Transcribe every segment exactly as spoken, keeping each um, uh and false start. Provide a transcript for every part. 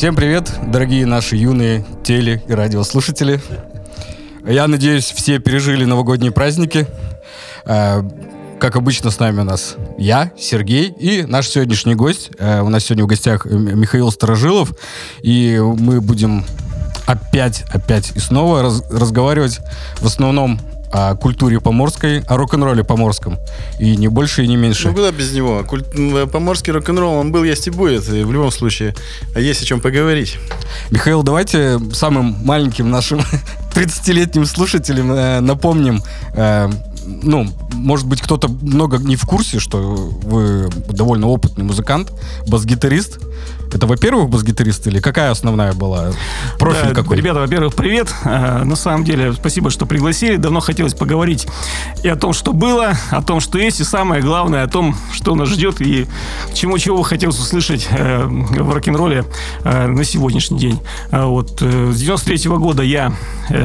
Всем привет, дорогие наши юные теле- и радиослушатели. Я надеюсь, все пережили новогодние праздники. Как обычно, с нами у нас я, Сергей, и наш сегодняшний гость. У нас сегодня в гостях Михаил Старожилов. И мы будем опять, опять и снова раз- разговаривать в основном о культуре поморской, о рок-н-ролле поморском. И не больше, и не меньше. Ну, куда без него? Куль... Поморский рок-н-ролл, он был, есть и будет. И в любом случае, есть о чем поговорить. Михаил, давайте самым маленьким нашим тридцатилетним слушателям э, напомним, э, ну, может быть, кто-то много не в курсе, что вы довольно опытный музыкант, бас-гитарист. Это, во-первых, бас-гитарист или какая основная была? Профиль да, какой? Ребята, во-первых, привет. А, на самом деле, спасибо, что пригласили. Давно хотелось поговорить и о том, что было, о том, что есть, и самое главное, о том, что нас ждет и чему-чего вы хотелось услышать э, в рок-н-ролле э, на сегодняшний день. А, вот, э, с девяносто третьего года я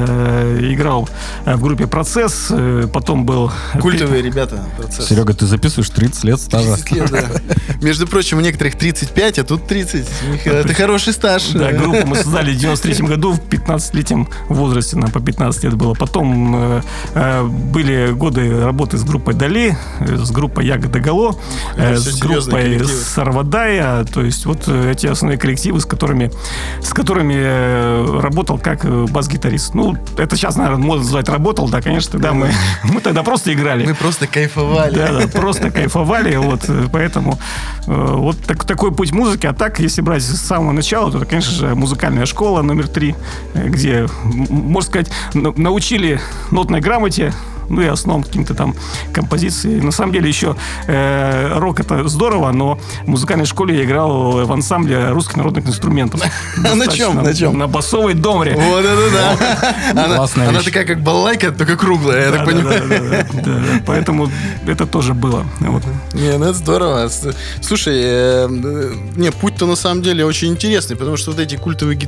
э, играл в группе «Процесс», э, потом был... Культовые ребята. Процесс. Серега, ты записываешь тридцать лет стажа. тридцать лет, да. Между прочим, у некоторых тридцать пять, а тут тридцать. Это хороший стаж. Да, группу мы создали в девяносто третьем году, в пятнадцатилетнем возрасте, нам по пятнадцать лет было. Потом э, э, были годы работы с группой «Дали», с группой «Ягода Гало», э, с группой «Сарвадая». То есть вот эти основные коллективы, с которыми, с которыми э, работал как бас-гитарист. Ну, это сейчас, наверное, можно назвать «работал». Да, конечно, тогда мы, мы тогда просто играли. Мы просто кайфовали. Да, да, просто кайфовали. Вот, поэтому э, вот так, такой путь музыки. А так, если брать с самого начала, то это, конечно же, музыкальная школа номер три, где, можно сказать, научили нотной грамоте, ну и основам каким-то там композиции. На самом деле еще э, рок это здорово, но в музыкальной школе я играл в ансамбле русских народных инструментов. А на чем? На чем? На басовой домре. Вот это да. Она такая, как балалайка, только круглая, я так понимаю. Поэтому это тоже было. Не, ну это здорово. Слушай, не, путь-то на самом деле очень интересный, потому что вот эти культовые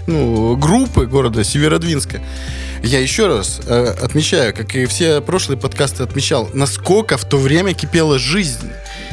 группы города Северодвинска, я еще раз э, отмечаю, как и все прошлые подкасты отмечал, насколько в то время кипела жизнь.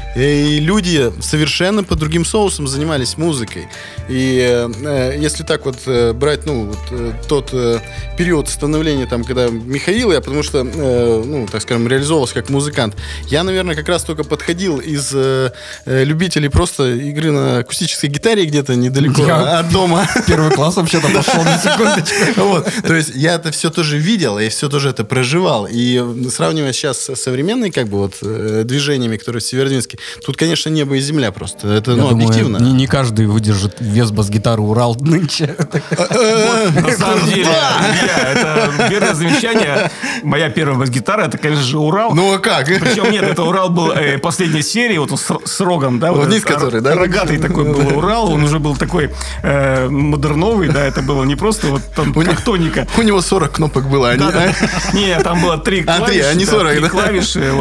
И люди совершенно по другим соусам занимались музыкой. И э, если так вот э, брать, ну, вот, э, тот э, период становления, там, когда Михаил, я, потому что, э, ну, так скажем, реализовывался как музыкант, я, наверное, как раз только подходил из э, любителей просто игры на акустической гитаре где-то недалеко я от дома. Первый класс вообще-то пошел на секундочку. Вот. То есть я это все тоже видел, я все тоже это проживал. И сравнивая сейчас с современными, как бы, вот, движениями, которые в Северодвинске, тут, конечно, небо и земля просто. Это, ну, думаю, объективно. Не, не каждый выдержит вес бас-гитары «Урал» нынче. На самом деле, это верное замечание. Моя первая бас-гитара, это, конечно же, «Урал». Ну, а как? Причем, нет, это «Урал» был последней серии, вот он с рогом, да? Вниз который, да? Рогатый такой был «Урал», он уже был такой модерновый, да, это было не просто вот там как тоника. У него сорок кнопок было, они... Нет, там было три клавиши. А, три, а не сорок, да? Три клавиши,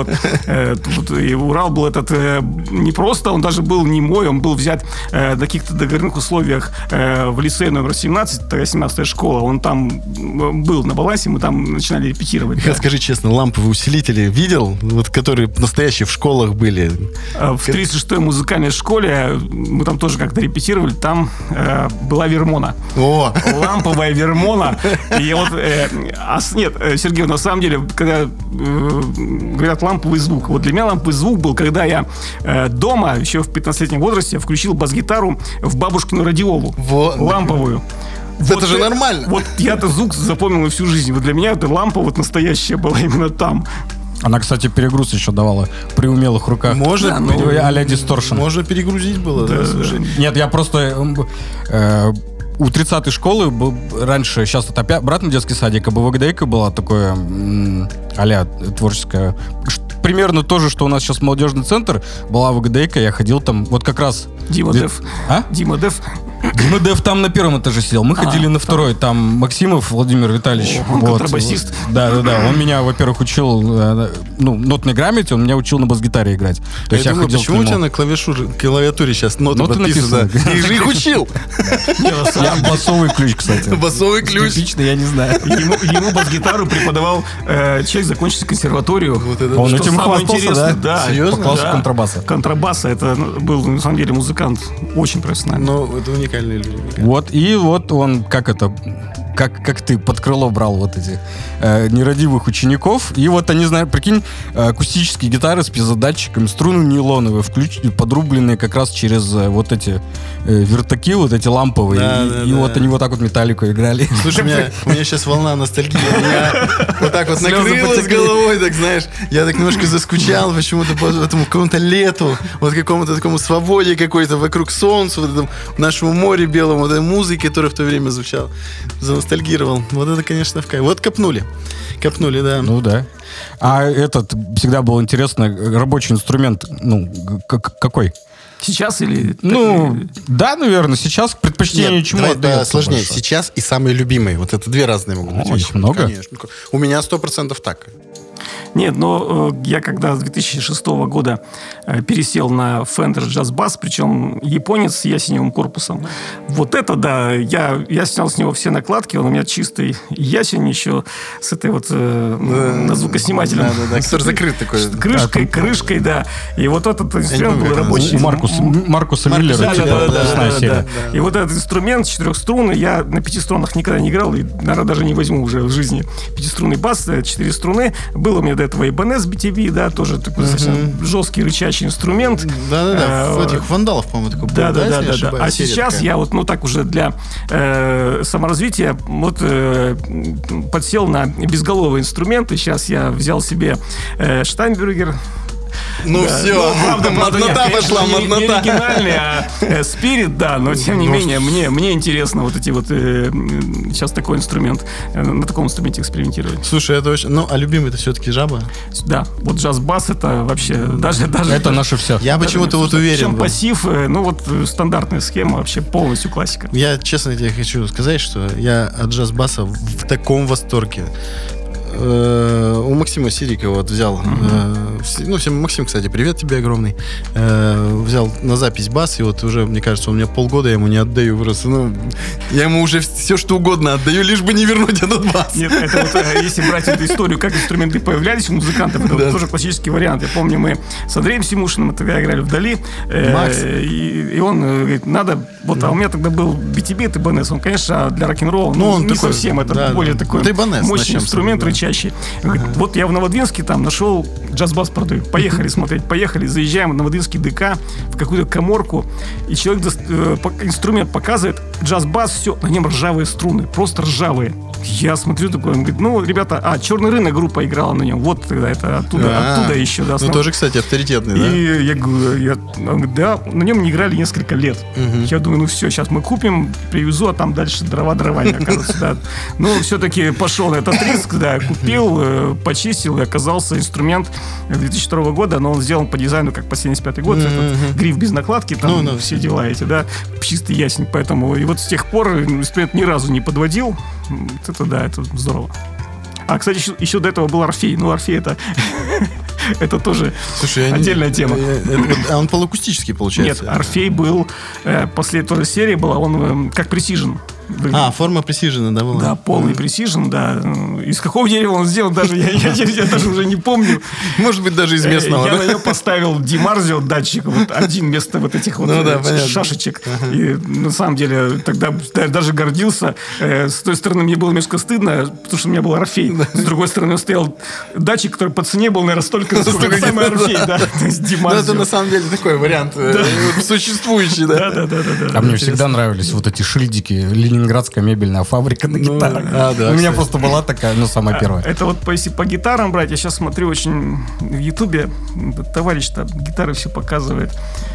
и «Урал» был этот не просто, он даже был не мой, он был взят э, на каких-то договорных условиях э, в лицее номер семнадцать, семнадцатая школа, он там был на балансе, мы там начинали репетировать. Да. Скажи честно, ламповые усилители видел, вот, которые настоящие в школах были? В тридцать шестой музыкальной школе, мы там тоже как-то репетировали, там э, была Вермона. О! Ламповая Вермона. И вот, э, а, нет, Сергей, на самом деле, когда э, говорят ламповый звук, вот для меня ламповый звук был, когда я дома, еще в пятнадцатилетнем возрасте, включил бас-гитару в бабушкину радиолу. Вот. Ламповую. Это вот, же нормально. Вот я-то звук запомнил на всю жизнь. Вот для меня эта лампа вот настоящая была именно там. Она, кстати, перегруз еще давала при умелых руках. Можно, да, ну, а-ля дисторшн. Можно перегрузить было. Да, да, да. Нет, я просто... Э, у тридцатой школы был, раньше, сейчас это опять обратно детский садик, а БВГДейка была такое м- а-ля творческое... Примерно то же, что у нас сейчас молодежный центр, была ВГДейка, я ходил там, вот как раз... Дима Ди... Дев. А? Дима Дев. Дима Дев там на первом этаже сидел, мы а, ходили на второй, там, там Максимов Владимир Витальевич. О, он вот, контрабасист. Да, да, да, он меня, во-первых, учил, ну, нотной грамоте, он меня учил на бас-гитаре играть. То я, я думаю, почему у тебя на клавиатуре, клавиатуре сейчас ноты, ноты подписаны? Ты же их учил. Я басовый ключ, кстати. Басовый ключ. Типично, я не знаю. Ему бас-гитару преподавал человек, закончивший консерваторию. Он этим хвастался, да? Серьезно? По классу контрабаса. Контрабаса, это был, на самом деле, музыкант очень профессиональный. Ну, это у них уникальные люди. Вот, и вот он, как это... Как, как ты под крыло брал вот этих э, нерадивых учеников. И вот они, знаю, прикинь, акустические гитары с пьезодатчиками, струны нейлоновые, включ... подрубленные как раз через э, вот эти э, вертаки, вот эти ламповые. Да, и да, и да. вот они вот так вот металлику играли. Слушай, у меня, у меня сейчас волна ностальгии. Меня вот так вот накрыло с головой, так знаешь. Я так немножко заскучал почему-то по этому какому-то лету, вот какому-то такому свободе какой-то вокруг солнца, вот этому нашему морю белому, вот этой музыке, которая в то время звучала. Заностальгировал. Вот это, конечно, в кайф. Вот копнули. Копнули, да. Ну да. А этот, всегда было интересно, рабочий инструмент, ну, к- какой? Сейчас или... Ну, да, наверное, сейчас предпочтение чему давай, да, отдается сложнее. больше? Сейчас и самые любимые. Вот это две разные могут быть. О, их много? Конечно. У меня сто процентов так. Нет, но э, я когда с две тысячи шестого года э, пересел на Fender Jazz Bass, причем японец с ясеневым корпусом. Вот это, да, я, я снял с него все накладки, он у меня чистый ясень еще с этой вот э, на звукоснимателем. Да, да, да, который закрыт такой. Крышкой, Да, крышкой, да. И вот этот инструмент помню, был как рабочий. У Маркуса, Маркуса Маркус Миллера, Да, типа, да, да, да, «Весна и да, серия». да. И вот этот инструмент четырехструнный, я на пяти струнах никогда не играл, и, наверное, даже не возьму уже в жизни. Пятиструнный бас, четыре струны. Был у меня до этого Ibanez би ти би, да, тоже такой достаточно жесткий рычащий инструмент. Да-да-да, в Э, этих вандалов, по-моему, такой был, Да, да, если да, не да, да. ошибаюсь, А серия сейчас такая. я вот, ну так уже для э, саморазвития вот э, подсел на безголовые инструменты. Сейчас я взял себе э, Штайнбергер. Ну Да. все, Ну, правда, правда, нет, моднота конечно, пошла, не- Не моднота. оригинальный, а э, Spirit, да, но тем не Ну, менее, мне, мне интересно вот эти вот э, сейчас такой инструмент, э, на таком инструменте экспериментировать. Слушай, это очень... Ну, а любимый это все-таки жаба? Да, вот джаз-бас это вообще даже... даже Это наше все. Я даже почему-то не вот уверен Причем был. пассив, э, ну вот э, стандартная схема, вообще полностью классика. Я честно тебе хочу сказать, что я от джаз-баса в таком восторге. Э, У Максима Сирика вот взял, э, вс- ну, всем, Максим, кстати, привет тебе огромный, Э, взял на запись бас, и вот уже, мне кажется, он мне полгода, я ему не отдаю просто, ну, я ему уже все, что угодно отдаю, лишь бы не вернуть этот бас. Нет, это вот, э, если брать эту историю, как инструменты появлялись у музыкантов, это вот Да. тоже классический вариант. Я помню, мы с Андреем Симушиным тогда играли вдали, э, Макс. и, и он э, говорит, надо, вот, а у меня тогда был би ти би, это Ibanez, он, конечно, для рок-н-ролла, Ну, ну, он не такой, совсем, это да, более да. такой Это Ibanez, мощный начнем с инструмент, этого, да. рычащий. Говорит, вот я в Новодвинске там нашел джаз-бас продаю, поехали смотреть, поехали, заезжаем в Новодвинский ДК, в какую-то каморку, и человек дос- э, пок- инструмент показывает, джаз-бас, все, на нем ржавые струны, просто ржавые. Я смотрю такой, он говорит, ну, ребята, а, «Черный рынок» группа играла на нем, вот тогда это оттуда, А, оттуда еще, да, Ну, основ- тоже, кстати, авторитетный, да? и я говорю, я, он говорит, да, на нем не играли несколько лет. Я думаю, ну все, сейчас мы купим, привезу, а там дальше дрова дровами окажутся, да. Ну, все-таки пошел на этот риск, да, купил, э, почистил, и оказался инструмент две тысячи второго года, но он сделан по дизайну, как по семьдесят пятый год, этот гриф без накладки, там Ну, ну. все дела эти, да, чистый ясень, поэтому, и вот с тех пор инструмент ни разу не подводил, Вот это да, это здорово. А, кстати, еще, еще до этого был Орфей. Ну, Орфей это, это тоже Слушай, я не- отдельная тема. я- это вот- А он полуакустический, получается? Нет, Орфей был, э, после той же серии была, он э, как Precision. А, форма Precision, да, была? Да, полный Precision, да. Из какого дерева он сделан, даже я, я- я даже уже не помню. Может быть, даже из Э, местного, Я да? на него поставил Димарзио датчик, вот один вместо вот этих вот Ну да, э, понятно. шашечек. И на самом деле тогда да, даже гордился. Э, С той стороны мне было немножко стыдно, потому что у меня был Орфей. С другой стороны стоял датчик, который по цене был, наверное, столько, сколько самый Орфей, да. То есть Ну, это Димарзио. на самом деле такой вариант э, существующий, Да, да? да, да, да, да. А мне всегда нравились вот эти шильдики, ленинградская мебельная фабрика на Ну, гитарах. а, да, У меня кстати. просто была такая, ну, самая первая. Это вот по- если по гитарам брать, я сейчас смотрю очень в Ютубе, этот товарищ там гитары все показывает.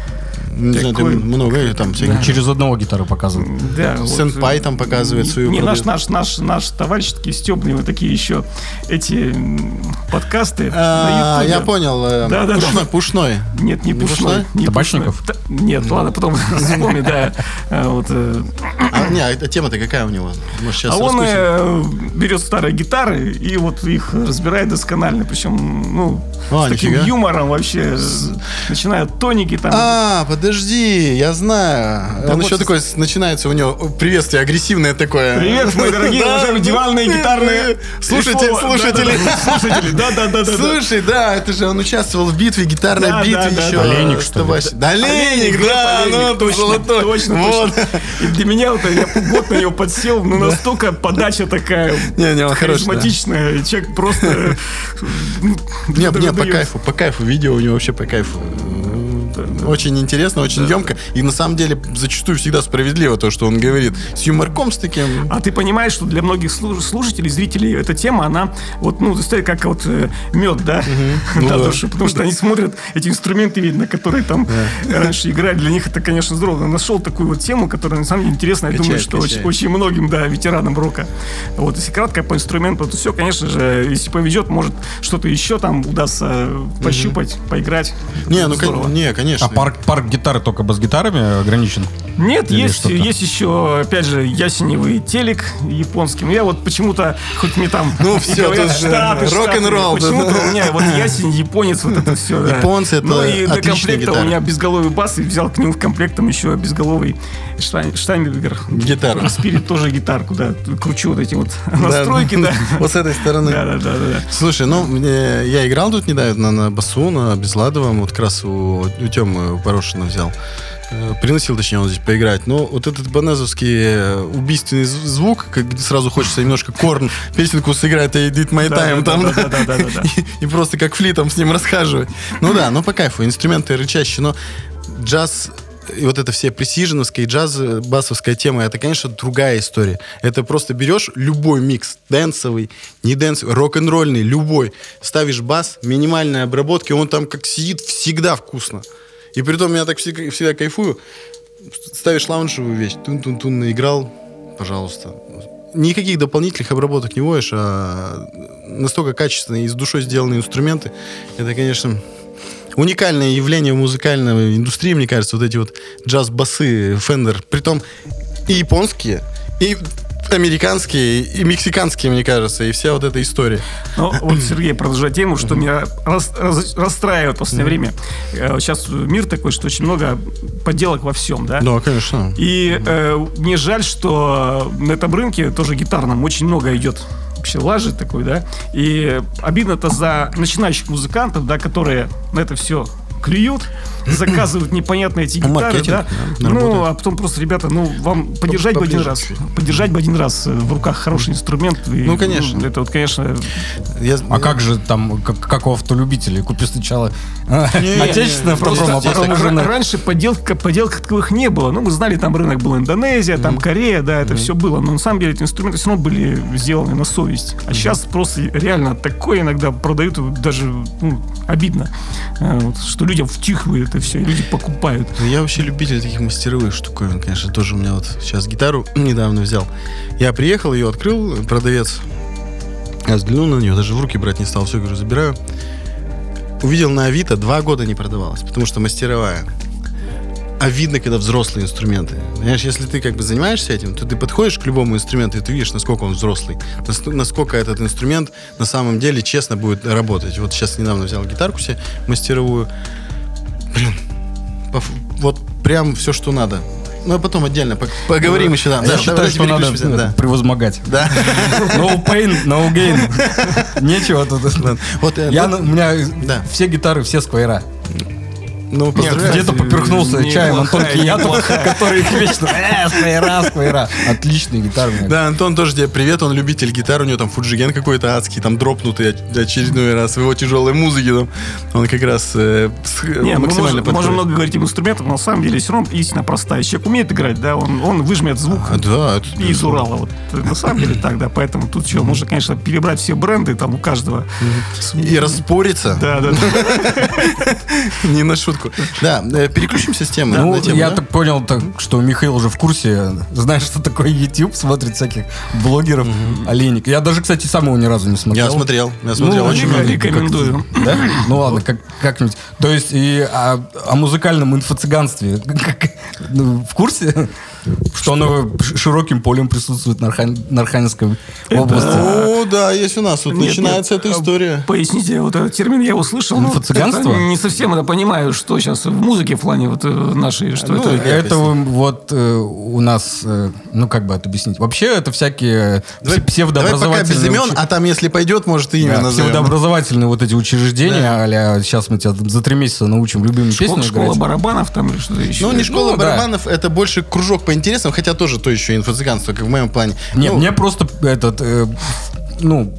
Не знаю, Такой- там много или там всяких... Через одного гитары показывают. Да, вот. Сенпай там показывает свою Не, наш, продукцию. наш, наш, наш товарищ такие стебные, вот такие еще эти м, подкасты А, на Ютубе. я понял. э, Да, да, да. пушной, пушной. Нет, не Не пушной. пушной? не Табачников? пушной. Та- Нет, ладно, потом вспомни, да. А, вот, э, А, не, а тема-то какая у него? Может, сейчас А он раскусим? э, берет старые гитары и вот их разбирает досконально, причем, ну, А, с таким нифига. юмором вообще, начиная от тоники там. А, подожди, я знаю. Да Он вот еще с- такой, начинается у него приветствие агрессивное такое. Привет, мои дорогие, Да, уважаемые да, диванные, да, гитарные... да. Слушайте, и слово. слушатели. Да-да-да, слушатели, да-да-да. Слушай, да, это же он участвовал в битве, гитарной Да, битве да, да, еще. да. Олейник, с что ли? товарищем. Да, Олейник, да, Олейник, ну, точно, золотой. точно, Вот. точно. И для меня вот я год на него подсел, ну настолько подача такая Не, не, он хороший, да. харизматичная, и человек просто... ну, Не, не, по выдает. кайфу, по кайфу. Видео у него вообще по кайфу. Очень интересно, очень емко. И на самом деле зачастую всегда справедливо то, что он говорит. С юморком, с таким. А ты понимаешь, что для многих слуш- слушателей, зрителей эта тема, она вот, ну, стоит как вот э, мед, да? Ну Да, да. потому что- Потому что они смотрят эти инструменты, видно, которые там раньше играли. Для них это, конечно, здорово. Нашел такую вот тему, которая на самом деле интересная. Я думаю, Качает, что очень, качает. очень многим, да, ветеранам рока. Вот, если кратко по инструменту, то все, конечно же, если повезет, может, что-то еще там удастся пощупать, поиграть. Не, ну, Здорово. кон- не, конечно. А парк, парк гитары только бас-гитарами ограничен? Нет, Или есть, что-то? есть еще, опять же, ясеневый телек японский. Но я вот почему-то, хоть мне там Ну, и всё, говорят, тут же Штаты, Штаты, рок-н-ролл, да. почему-то у меня вот ясень, японец, вот это все. Да. Японцы — это Ну и до отличные комплекта гитары. у меня безголовый бас, и взял к нему в комплектом еще безголовый Штайн- Штайнбергер. Гитара. Спирит тоже гитарку, да. Кручу вот эти вот настройки, да. Вот с этой стороны. Да, да, да, да. Слушай, ну, мне- я играл тут недавно на басу, на Безладовом, вот как раз у, у Тёмы Порошина взял. Э, Приносил, точнее, он здесь поиграть. Но вот этот банезовский э, убийственный з- звук, как сразу хочется немножко Корн песенку сыграть, I did my Да, time, да, там, да, да, да, да, да, да. И, и просто как флитом с ним расхаживать. Ну да, ну по кайфу, инструменты рычащие, но джаз и вот это все пресиженовская и джаз, басовская тема, это, конечно, другая история. Это просто берешь любой микс, дэнсовый, не дэнсовый, рок-н-ролльный, любой, ставишь бас, минимальной обработки, он там как сидит всегда вкусно. И при том я так всегда, всегда кайфую. Ставишь лаунжевую вещь, тун-тун-тун наиграл, пожалуйста. Никаких дополнительных обработок не вводишь, а настолько качественные и с душой сделанные инструменты. Это, конечно, уникальное явление в музыкальной индустрии, мне кажется, вот эти вот джаз-басы Fender. Притом и японские, и американские, и мексиканские, мне кажется, и вся вот эта история. Ну, вот, Сергей, продолжая тему, что меня рас- раз- расстраивает в последнее время. Э, Сейчас мир такой, что очень много подделок во всем, да? Да, конечно. И э, мне жаль, что на этом рынке, тоже гитарном, очень много идет вообще лажи такой, да? И обидно-то за начинающих музыкантов, да, которые на это все клюют, заказывают непонятные эти гитары, Маркетинг, да? да, Ну, работает. а потом просто, ребята, ну, вам подержать бы один раз, поближе чуть. подержать бы один раз в руках хороший инструмент. и, Ну, конечно. Это вот, конечно, Я- А как же там, как, как у автолюбителей? Купи сначала а, отечественное, просто потом, а здесь потом так уже Ра- на... Раньше подделок, подделок таковых не было. Ну, мы знали, там рынок был Индонезия, там Корея, да, это все было. Но на самом деле эти инструменты все равно были сделаны на совесть. А сейчас просто реально такое иногда продают, даже ну, обидно, э, вот, что людям втихивают это все, и люди покупают. Ну, я вообще любитель таких мастеровых штуковин, конечно. Тоже у меня вот сейчас гитару недавно взял. Я приехал, ее открыл, продавец. Я взглянул на нее, даже в руки брать не стал. Все, говорю, забираю. Увидел на Авито, два года не продавалась, потому что мастеровая. А видно, когда взрослые инструменты. Понимаешь, если ты как бы занимаешься этим, то ты подходишь к любому инструменту, и ты видишь, насколько он взрослый. нас- Насколько этот инструмент на самом деле честно будет работать. Вот сейчас недавно взял гитарку себе мастеровую. Блин, поф- вот прям все, что надо. Ну, а потом отдельно пог- поговорим еще. Да, Я Да, считаю, давайте что надо переключимся, ну, да. превозмогать. Да. No pain, no gain. Нечего тут. Ладно. Вот, э, Я, ну, у меня Да. все гитары, все сквайра. ну, поздравляю. Где-то поперхнулся неплохая, чаем Антон Киятов, неплохая. который их вечно э, сквайра, сквайра. Отличные гитары. у меня. Да, Антон тоже тебе привет, он любитель гитар, у него там фуджиген какой-то адский, там дропнутый оч- очередной раз в его тяжелой музыке, там, он как раз э, с- Не, мы максимально можем, подходит. можем много говорить об инструментах, но на самом деле все равно истина простая. Если человек умеет играть, да, он, он выжмет звук А, да, это, и из Урала. Вот. На самом деле так, да. Поэтому тут что, можно, конечно, перебрать все бренды там у каждого. И распориться. Да, да, да. Не на шутку. Да, э, переключимся с темы. Ну, на тему, я да? так понял, так, что Михаил уже в курсе, знаешь, что такое YouTube, смотрит всяких блогеров, Олейник. Я даже, кстати, сам его ни разу не смотрел. Я смотрел, я смотрел Ну, очень река- много. рекомендую. Да? Ну ладно, как, как-нибудь. То есть и о, о музыкальном инфо-цыганстве как- ну, в курсе? Что оно широким полем присутствует на, Архан... на Архангельской области. О, да, есть у нас. Вот нет, начинается нет, эта история. Поясните, вот этот термин я услышал. Инфо-цыганство? Ну, не совсем это понимаю, что сейчас в музыке в плане вот нашей. Что ну, это? Это вот э, у нас, э, ну как бы это объяснить. Вообще это всякие давай, псевдообразовательные... Давай пока без имен, уч... а там если пойдет, может и имя да, назовем. Псевдообразовательные вот эти учреждения, да. а-ля сейчас мы тебя за три месяца научим любимые Школ, песни Школа играть. барабанов там или что-то еще. Ну не школа ну, барабанов, да. это больше кружок по интересам, хотя тоже то еще инфо-цыганство, как в моем плане. Нет, ну, мне просто этот, э, ну...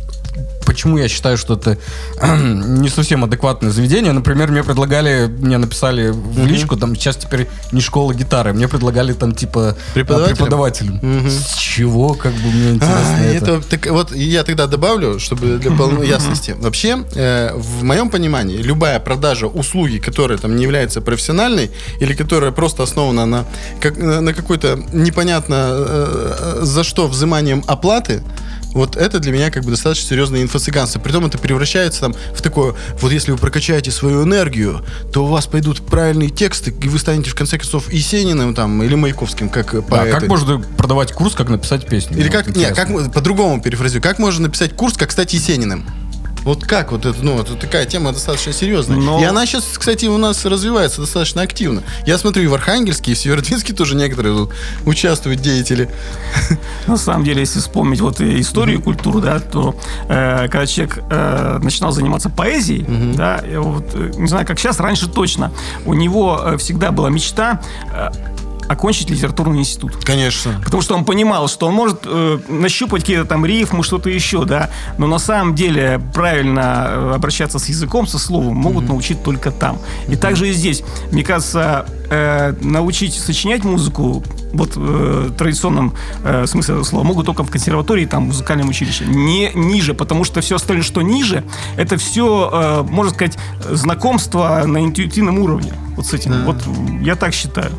Почему я считаю, что это не совсем адекватное заведение? Например, мне предлагали, мне написали в личку, там сейчас теперь не школа гитары, мне предлагали там типа преподавателем. преподавателем. Mm-hmm. С чего, как бы мне интересно а, это? это так, вот я тогда добавлю, чтобы для полной ясности. Вообще, э, в моем понимании, любая продажа услуги, которая там не является профессиональной или которая просто основана на, как, на какой-то непонятно э, за что взиманием оплаты, вот это для меня как бы достаточно серьезное инфо-цыганство. Притом это превращается там в такое, вот если вы прокачаете свою энергию, то у вас пойдут правильные тексты, и вы станете в конце концов Есениным там, или Маяковским, как да, поэты. Как можно продавать курс, как написать песню? Или как, нет, как, по-другому перефразирую, как можно написать курс, как стать Есениным? Вот как вот это, ну, это такая тема достаточно серьезная. Но... И она сейчас, кстати, у нас развивается достаточно активно. Я смотрю, и в Архангельске, и в Северодвинске тоже некоторые тут участвуют деятели. На самом деле, если вспомнить вот историю, mm-hmm. культуру, да, то э, когда человек э, начинал заниматься поэзией, mm-hmm. да, вот, не знаю, как сейчас, раньше точно, у него всегда была мечта э, окончить литературный институт. Конечно. Потому что он понимал, что он может э, нащупать какие-то там рифмы, что-то еще, да, но на самом деле правильно обращаться с языком, со словом могут mm-hmm. научить только там. И mm-hmm. также и здесь. Мне кажется, э, научить сочинять музыку вот в э, традиционном э, смысле этого слова могут только в консерватории, там, в музыкальном училище. Не ниже, потому что все остальное, что ниже, это все, э, можно сказать, знакомство на интуитивном уровне. Вот с этим. Да. Вот я так считаю.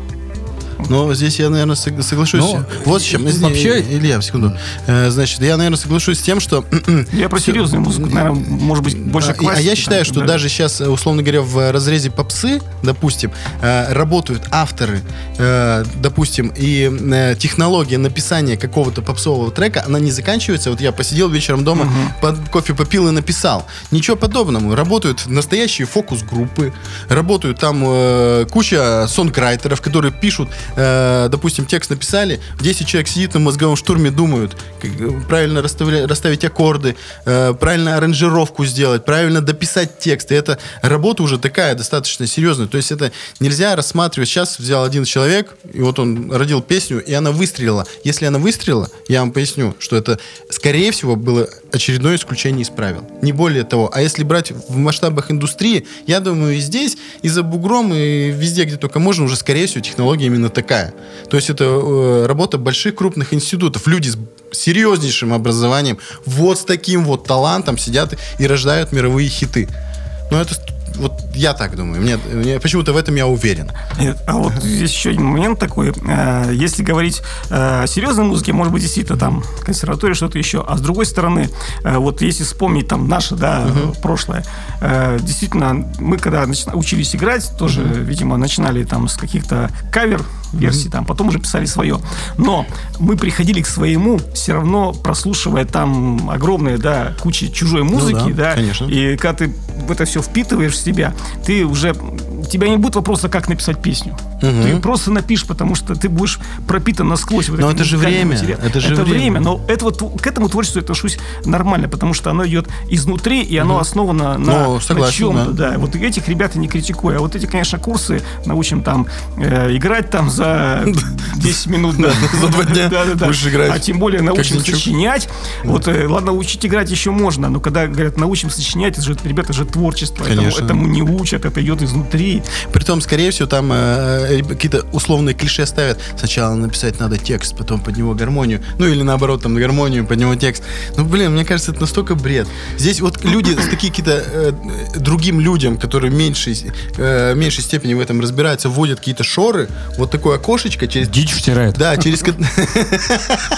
Но здесь я, наверное, соглашусь. Но, вот с чем. Вообще... Илья, секунду. Значит, я, наверное, соглашусь с тем, что... Я про серьезную музыку, наверное, может быть, больше классики. А я считаю, что даже сейчас, условно говоря, в разрезе попсы, допустим, работают авторы, допустим, и технология написания какого-то попсового трека, она не заканчивается. Вот я посидел вечером дома, угу. под кофе попил и написал. Ничего подобного. Работают настоящие фокус-группы, работают там куча сонграйтеров, которые пишут, допустим, текст написали, десять человек сидит на мозговом штурме, думают, как правильно расставить аккорды, правильно аранжировку сделать, правильно дописать текст. И это работа уже такая достаточно серьезная. То есть это нельзя рассматривать. Сейчас взял один человек, и вот он родил песню, и она выстрелила. Если она выстрелила, я вам поясню, что это, скорее всего, было очередное исключение из правил. Не более того. А если брать в масштабах индустрии, я думаю, и здесь, и за бугром, и везде, где только можно, уже, скорее всего, технология именно такая. То есть это э, работа больших крупных институтов. Люди с серьезнейшим образованием, вот с таким вот талантом сидят и рождают мировые хиты. Но это вот я так думаю. Мне, мне почему-то в этом я уверен. А вот здесь еще один момент такой. Если говорить о серьезной музыке, может быть, действительно там консерватория, что-то еще. А с другой стороны, вот если вспомнить там наше, да, uh-huh. прошлое, действительно, мы когда начи- учились играть, тоже, uh-huh. видимо, начинали там с каких-то кавер-версий, uh-huh. там, потом уже писали свое. Но мы приходили к своему, все равно прослушивая там огромные, да, кучи чужой музыки, ну, да, да, конечно. И когда ты в это все впитываешь в себя, ты уже... У тебя не будет вопроса, как написать песню. Угу. Ты просто напишешь, потому что ты будешь пропитан насквозь. Вот но это же время. Это, же это время. время. Но это вот, к этому творчеству я отношусь нормально, потому что оно идет изнутри, и оно угу. основано на, ну, согласен, на чем-то. Да. Да. Вот этих ребят я не критикую. А вот эти, конечно, курсы научим там э, играть там за десять минут. За два дня будешь играть. А тем более научим сочинять. Вот, ладно, учить играть еще можно, но когда говорят, научим сочинять, это же, ребята, же творчество. Этому не учат, это идет изнутри. Притом, скорее всего, там э, какие-то условные клише ставят. Сначала написать надо текст, потом под него гармонию. Ну, или наоборот, там гармонию, под него текст. Ну, блин, мне кажется, это настолько бред. Здесь вот люди, такие какие-то э, другим людям, которые в меньшей, э, меньшей степени в этом разбираются, вводят какие-то шоры, вот такое окошечко через... Дичь втирает. Да, через...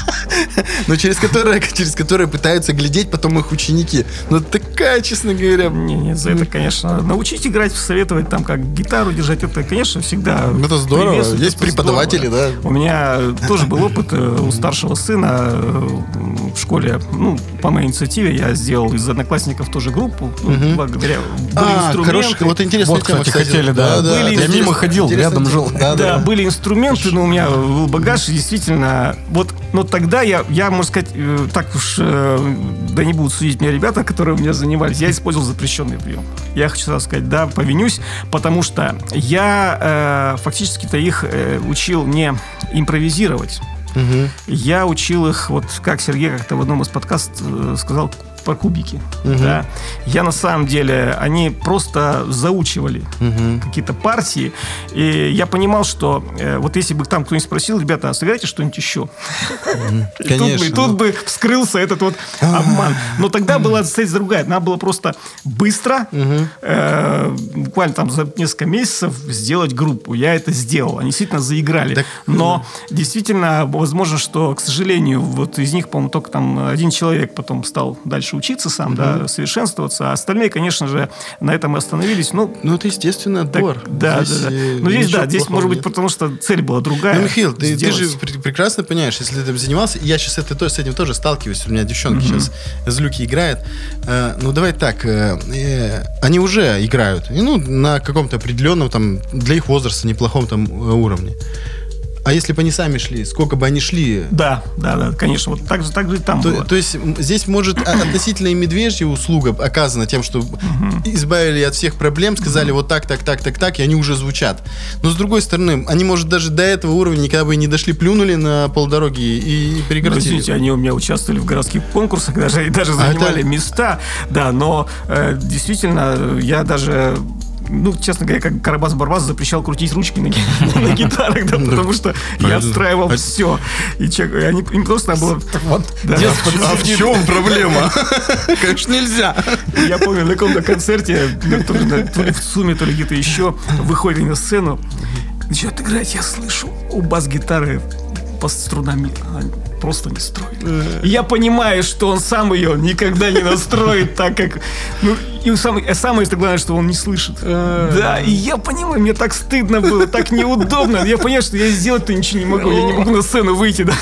Но через которые, через которые пытаются глядеть потом их ученики. Ну, такая, честно говоря... Не, не, за это, конечно, научить играть, советовать там, как гитару держать, это, конечно, всегда... Это здорово. Есть преподаватели, да. У меня тоже был опыт у старшего сына в школе. Ну, по моей инициативе я сделал из одноклассников тоже группу. Угу. Благодаря а, хороший, вот интересная вот, тема, кстати, хотели, да. да, были, да я мимо ходил, рядом жил. Да, да, да, были инструменты, но у меня был багаж, и действительно, вот, но тогда я, я, можно сказать, так уж, да не будут судить меня ребята, которые у меня занимались, я использовал запрещенный прием. Я хочу сразу сказать, да, повинюсь, потому что я э, фактически-то их э, учил не импровизировать. Угу. Я учил их, вот как Сергей как-то в одном из подкастов сказал, про кубики. Угу. Да. Я на самом деле, они просто заучивали угу. какие-то партии. И я понимал, что э, вот если бы там кто-нибудь спросил, ребята, а сыграйте что-нибудь еще. Конечно. И тут бы вскрылся этот вот обман. Но тогда была цель другая. Надо было просто быстро, буквально там за несколько месяцев сделать группу. Я это сделал. Они действительно заиграли. Но действительно, возможно, что, к сожалению, вот из них, по-моему, только там один человек потом стал дальше учиться сам, mm-hmm. да, совершенствоваться. А остальные, конечно же, на этом и остановились. Ну, ну это, естественно, отбор. Так, да, здесь, да, да. Ну, здесь, да, здесь, может быть, потому что цель была другая. Ну, Михаил, ты, ты же прекрасно понимаешь, если ты этим занимался, я сейчас это, с этим тоже сталкиваюсь, у меня девчонки mm-hmm. сейчас злюки играют. Э, ну, давай так, э, э, они уже играют, и, ну, на каком-то определенном, там, для их возраста, неплохом там уровне. А если бы они сами шли, сколько бы они шли? Да, да, да, конечно. Вот так же, так же и там то, было. То есть здесь может относительно и медвежья услуга оказана тем, что угу. избавили от всех проблем, сказали угу. вот так, так, так, так, так, и они уже звучат. Но с другой стороны, они, может, даже до этого уровня никогда бы не дошли, плюнули на полдороги и прекратили. Ну, извините, они у меня участвовали в городских конкурсах, даже, и даже занимали а это... места. Да, но э, действительно, я даже... Ну, честно говоря, как Карабас-Барабас запрещал крутить ручки на, на гитарах, да, потому что я отстраивал все. И человек, они, им просто надо было... Вот, да, а в чем проблема? Конечно, нельзя. Я помню, на каком-то концерте, то ли в СУМе, то ли где-то еще, выходили на сцену, начинают играть, я слышу, у бас-гитары по струнам просто не строит. И я понимаю, что он сам ее никогда не настроит так, как... Ну, и самое, самое главное, что он не слышит. Да, и я понимаю, мне так стыдно было, так неудобно. Я понимаю, что я сделать-то ничего не могу. Я не могу на сцену выйти, да.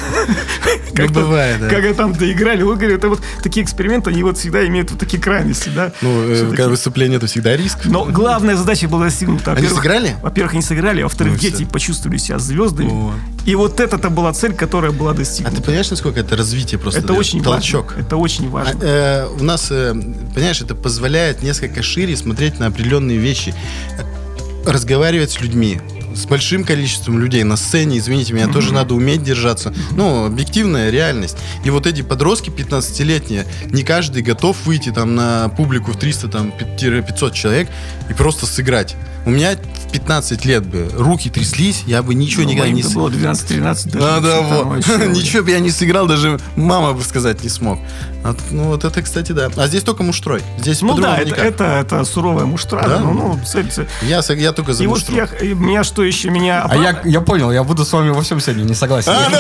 Как бывает, да. Когда там-то играли. Вот, говорю, это вот такие эксперименты, они вот всегда имеют вот такие крайности, да. Ну, когда выступление, это всегда риск. Но главная задача была достигнута. Они сыграли? Во-первых, они сыграли, а во-вторых, дети почувствовали себя звездами. И вот это-то была цель, которая была достигнута. А ты понимаешь, насколько это развитие просто? Это очень толчок. важно. Это очень важно. А, э, у нас, э, понимаешь, это позволяет несколько шире смотреть на определенные вещи, разговаривать с людьми, с большим количеством людей на сцене, извините меня, mm-hmm. тоже надо уметь держаться. Ну, объективная реальность. И вот эти подростки пятнадцатилетние, не каждый готов выйти там на публику в триста-пятьсот человек и просто сыграть. У меня в пятнадцать лет бы руки тряслись, я бы ничего ну, никогда не сыграл. Было двенадцать-тринадцать даже. А, да, вот. Ничего бы я не сыграл, даже мама бы сказать не смог. А, ну, вот это, кстати, да. А здесь только муштрой. Здесь ну да, это, это, это суровая муштра. Да? Ну, ну, цель, цель. Я, я только за и муштру. Вот я, меня что еще меня... А я, я понял, я буду с вами во всем сегодня не согласен. А,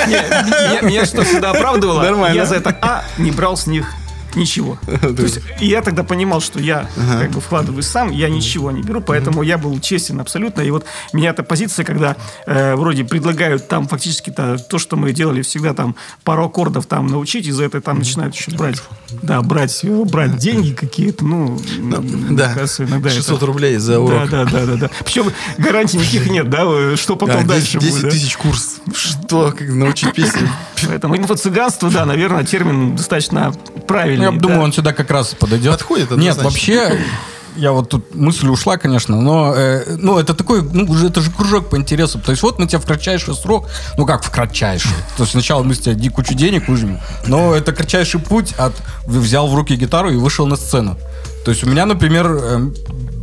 давай! Меня что всегда оправдывало, нормально. Я за это А не брал с них ничего. То есть, и я тогда понимал, что я ага. как бы вкладываюсь сам, я ничего не беру, поэтому я был честен абсолютно. И вот меня эта позиция, когда э, вроде предлагают там фактически-то то, что мы делали всегда, там пару аккордов там научить, и за это там начинают еще брать, да, брать, брать деньги какие-то, ну, ну да, кажется, иногда шестьсот это... рублей за урок. Да, да, да, да, да. Причем гарантий никаких нет, да, что потом да, дальше десять будет. десять тысяч да? курс. Что, как научить песни? Поэтому инфо-цыганство, да, наверное, термин достаточно правильный. Я да? думаю, он сюда как раз подойдет. Подходит, Нет, вообще, я вот тут мысль ушла, конечно, но э, ну, это такой, ну, уже это же кружок по интересу. То есть вот мы тебя в кратчайший срок, ну как в кратчайший, то есть сначала мы с тебя кучу денег выжмем, но это кратчайший путь от взял в руки гитару и вышел на сцену. То есть у меня, например, э,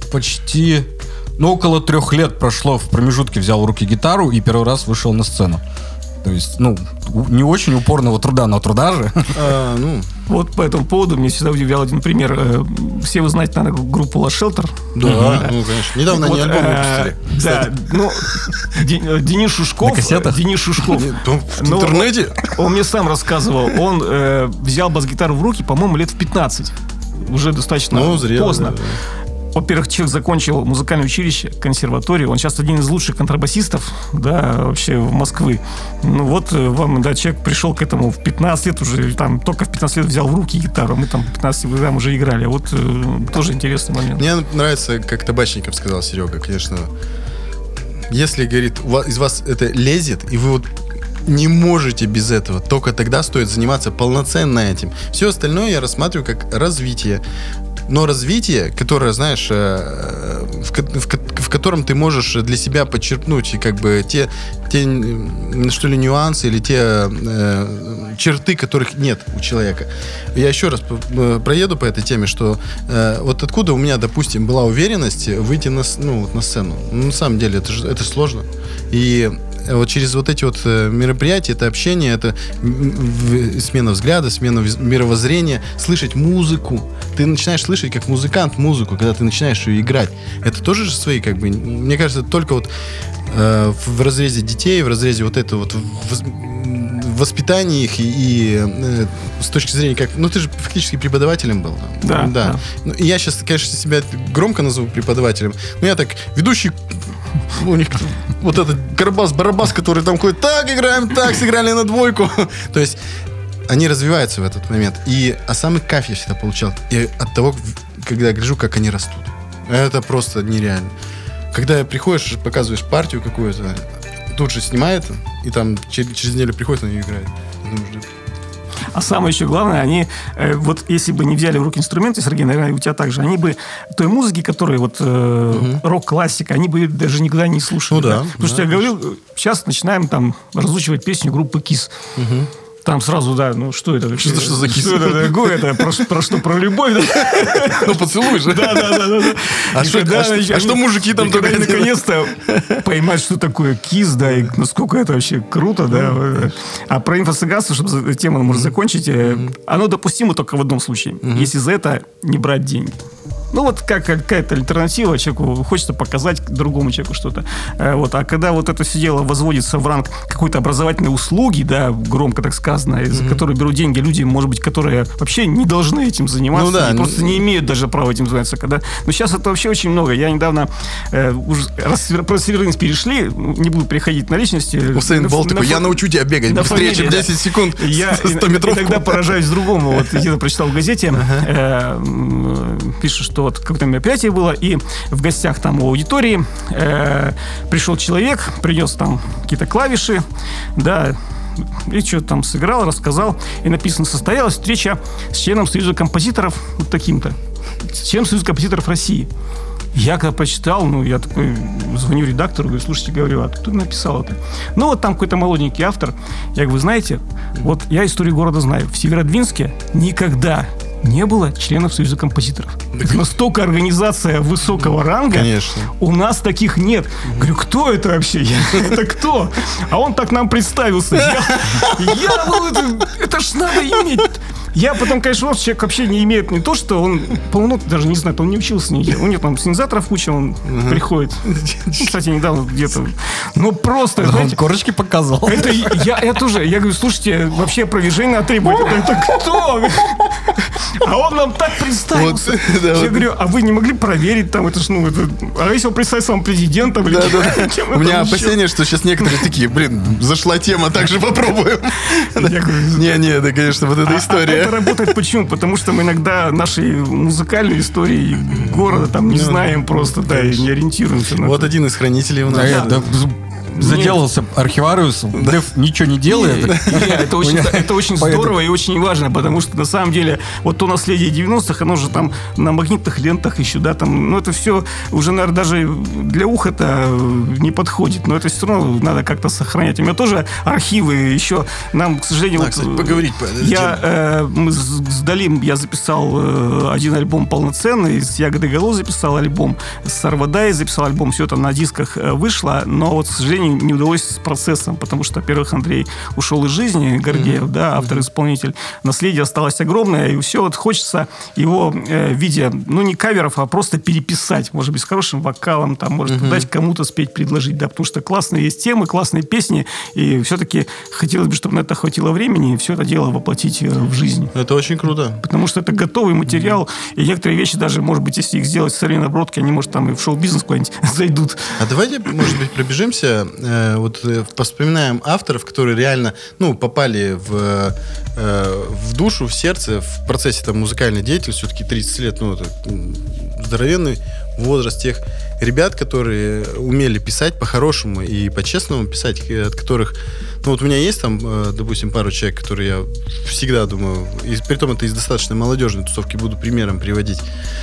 почти, ну, около трех лет прошло в промежутке, взял в руки гитару и первый раз вышел на сцену. То есть, ну, не очень упорного труда, но труда же. А, ну... Вот по этому поводу мне всегда удивлял один пример. Все вы знаете, наверное, группу Last Shelter. Да, угу. ну, конечно. Недавно вот, они альбом выпустили. Да, ну, Денис Шушков. На кассетах? Денис Шушков. В интернете? Он мне сам рассказывал. Он э, взял бас-гитару в руки, по-моему, лет в пятнадцать. Уже достаточно ну, зрело, поздно. Да, да. Во-первых, человек закончил музыкальное училище, консерваторию. Он сейчас один из лучших контрабасистов, да, вообще в Москвы. Ну вот вам, да, человек пришел к этому в пятнадцать лет уже, там, только в пятнадцать лет взял в руки гитару. Мы там в пятнадцати годам уже играли. Вот э, тоже интересный момент. Мне нравится, как Табачников сказал, Серега, конечно. Если, говорит, у вас, из вас это лезет, и вы вот не можете без этого, только тогда стоит заниматься полноценно этим. Все остальное я рассматриваю как развитие. Но развитие, которое, знаешь, в, в, в котором ты можешь для себя подчеркнуть и как бы те, те что ли, нюансы или те э, черты, которых нет у человека. Я еще раз проеду по этой теме, что э, вот откуда у меня, допустим, была уверенность выйти на, ну, на сцену. Ну, на самом деле это, это сложно. И вот через вот эти вот мероприятия, это общение, это смена взгляда, смена мировоззрения, слышать музыку. Ты начинаешь слышать как музыкант музыку, когда ты начинаешь ее играть. Это тоже же свои, как бы, мне кажется, только вот э, в разрезе детей, в разрезе вот этого вот в воспитании их и, и э, с точки зрения как... Ну, ты же фактически преподавателем был. Да. да. да. Ну, и я сейчас, конечно, себя громко назову преподавателем, но я так, ведущий у них вот этот Карабас-Барабас, который там ходит, так играем, так сыграли на двойку. То есть они развиваются в этот момент. И, а самый кайф я всегда получал и от того, когда я гляжу, как они растут. Это просто нереально. Когда приходишь, показываешь партию какую-то, тут же снимает, и там через, через неделю приходит, на нее играет. А самое еще главное, они, э, вот если бы не взяли в руки инструменты, Сергей, наверное, у тебя также, они бы той музыки, которая вот э, угу. рок-классика, они бы даже никогда не слушали. Ну да. да? Потому да, что я говорил, сейчас начинаем там разучивать песню группы Kiss. Угу. Там сразу, да, ну что это? Что, что за Kiss? Что это такое? Это про, про что? Про любовь? Да? Ну, поцелуй же. Да, да, да. да. А, что, когда, а, что, они, а что мужики там только делают? Наконец-то поймать, что такое Kiss, да, и насколько это вообще круто, да. А про инфо-цыганство, чтобы тему, может, закончить, оно допустимо только в одном случае. Если за это не брать деньги. Ну, вот как какая-то альтернатива, человеку хочется показать другому человеку что-то. Вот. А когда вот это все дело возводится в ранг какой-то образовательной услуги, да, громко так сказано, из-за mm-hmm. которой берут деньги люди, может быть, которые вообще не должны этим заниматься, ну, да. и просто не имеют даже права этим заниматься. Когда... Но сейчас это вообще очень много. Я недавно, э, уже, раз про Северинск перешли, не буду переходить на личности. Усейн Болт такой, я научу тебя бегать быстрее, чем десять секунд. Я иногда поражаюсь другому. Вот где-то прочитал в газете, пишут, что вот какое-то мероприятие было, и в гостях там у аудитории э, пришел человек, принес там какие-то клавиши, да, и что-то там сыграл, рассказал, и написано, состоялась встреча с членом Союза композиторов, вот таким-то, с членом Союза композиторов России. Я когда прочитал, ну, я такой звоню редактору, говорю, слушайте, говорю, а кто написал это? Ну, вот там какой-то молоденький автор. Я говорю, вы знаете, вот я историю города знаю. В Северодвинске никогда не было членов Союза композиторов. Это настолько организация высокого ранга. Конечно. У нас таких нет. Говорю, кто это вообще? Я, это кто? А он так нам представился. Я, я ну, это, это ж надо иметь. Я потом, конечно, вот человек вообще не имеет не то, что он, по-моему, даже не знаю, он не учился нигде. У него там синтезаторов куча, он uh-huh. приходит. Кстати, недавно где-то. Ну, просто... Да, знаете, он корочки показывал. Это я, я тоже, я говорю, слушайте, вообще опровержение требует. Это, это кто? А он нам так представился. Вот, да, я вот. говорю, а вы не могли проверить там, это ж, ну, это... А если он представится вам президентом или да, да. У меня опасение, что сейчас некоторые такие, блин, зашла тема, так же попробуем. Не-не, да, конечно, вот эта история. Это работает почему? Потому что мы иногда нашей музыкальной истории города там не знаем просто, да, и не ориентируемся на Вот один из хранителей у нас. Заделался архивариус, да. Дэв ничего не делает. Нет, это очень, это очень здорово и очень важно, потому что на самом деле вот то наследие девяностых, оно же там на магнитных лентах еще, да, там, ну это все уже, наверное, даже для уха это не подходит, но это все равно надо как-то сохранять. У меня тоже архивы еще, нам, к сожалению, да, вот, кстати, поговорить. Я, э, мы с Далим, я записал э, один альбом полноценный, с Ягодой Гало записал альбом, с Сарвадай записал альбом, все это на дисках вышло, но вот, к сожалению, сожалению, не удалось с процессом, потому что, во-первых, Андрей ушел из жизни, Гордеев, mm-hmm. да, автор-исполнитель. Наследие осталось огромное, и все вот хочется его э, в виде, ну, не каверов, а просто переписать, может быть, с хорошим вокалом, там, может, mm-hmm. дать кому-то спеть, предложить, да, потому что классные есть темы, классные песни, и все-таки хотелось бы, чтобы на это хватило времени, и все это дело воплотить в жизнь. Это очень круто. Потому что это готовый материал, mm-hmm. и некоторые вещи даже, может быть, если их сделать с солидной обработкой, они, может, там и в шоу-бизнес куда-нибудь зайдут. А давайте, может быть, пробежимся, э, вот э, повспоминаем авторов, которые реально, ну, попали в, э, в душу, в сердце, в процессе там музыкальной деятельности, все-таки тридцать лет, ну, это здоровенный возраст тех ребят, которые умели писать по-хорошему и по-честному писать, от которых, ну, вот у меня есть там, допустим, пару человек, которые я всегда думаю, и притом это из достаточно молодежной тусовки, буду примером приводить.